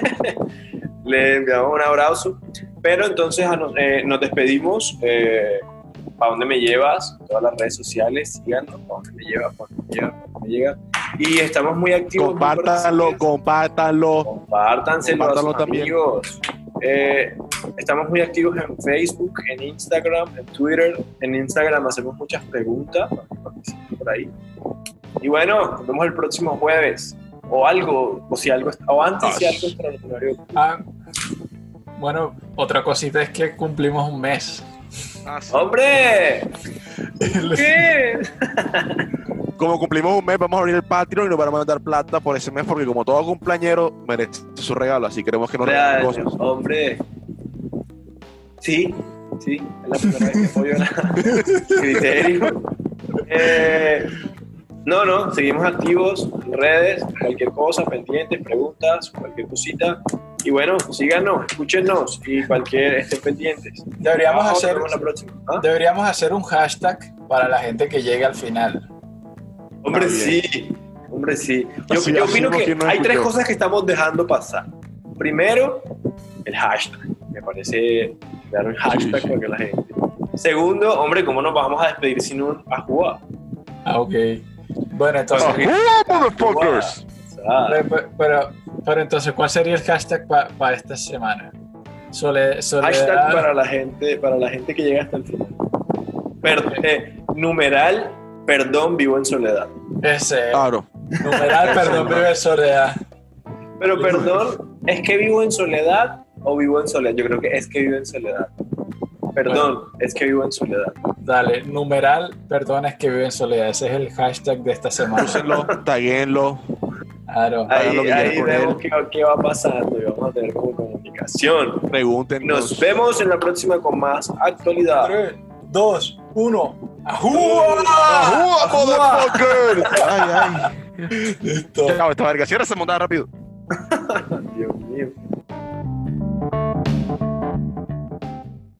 le enviamos un abrazo, pero entonces a nos, eh, nos despedimos. eh, ¿Para dónde me llevas? Todas las redes sociales, síganos, ¿para dónde me llevas? ¿Para dónde me llevas? ¿Para dónde me llega? Y estamos muy activos. muy Compártanlo, presentes. compártanlo. Compártanselo a sus Compártanlo también. amigos. Eh, estamos muy activos en Facebook, en Instagram, en Twitter. En Instagram hacemos muchas preguntas para que participen por ahí. Y bueno, nos vemos el próximo jueves. O algo, o si algo, o antes si Ay. algo extraordinario. Ah, bueno, otra cosita es que cumplimos un mes. ¡Hombre! ¿Qué? Como cumplimos un mes, vamos a abrir el Patreon y nos van a mandar plata por ese mes, porque como todo cumpleañero merece su regalo, así queremos que nos regalen Real, cosas. hombre. Sí, sí, es la primera vez que apoyo la criterio. Eh, no, no, seguimos activos en redes, cualquier cosa, pendientes, preguntas, cualquier cosita. Y bueno, síganos, escúchenos y cualquier, estén pendientes. Deberíamos Nos hacer, vemos la próxima. ¿Ah? deberíamos hacer un hashtag para la gente que llegue al final. Hombre, Ah, bien. sí, hombre, sí. Yo, Así yo hacemos opino que quien no hay tres escuchó. cosas que estamos dejando pasar. Primero, el hashtag. Me parece dar un hashtag Sí, sí. para que la gente. Segundo, hombre, ¿cómo nos vamos a despedir sin un ajuá? Ah, ok. Bueno, entonces, ¡Ah, motherfuckers! O sea, pero, pero, pero entonces, ¿cuál sería el hashtag para esta semana? Sole, soledad, hashtag para la gente, para la gente que llega hasta el final. Per- eh, numeral, perdón, vivo en soledad. ese, Claro. numeral, perdón, vive soledad. Pero perdón, ¿es que vivo en soledad o vivo en soledad? Yo creo que es que vivo en soledad. Perdón, es que vivo en soledad. Dale, numeral, perdón, es que vive en soledad. Ese es el hashtag de esta semana. Úsenlo, taguenlo. Claro. Hagan Ahí, lo que ahí quieran con vemos él. qué, qué va pasando y vamos a tener como comunicación. Pregúntenos. Nos vemos en la próxima con más actualidad. tres, dos, uno. ¡Ajúa, ¡Ajúa! motherfucker! Ay, ay. Listo. Chao, esta verga. Cierra esa montada rápido. Dios mío.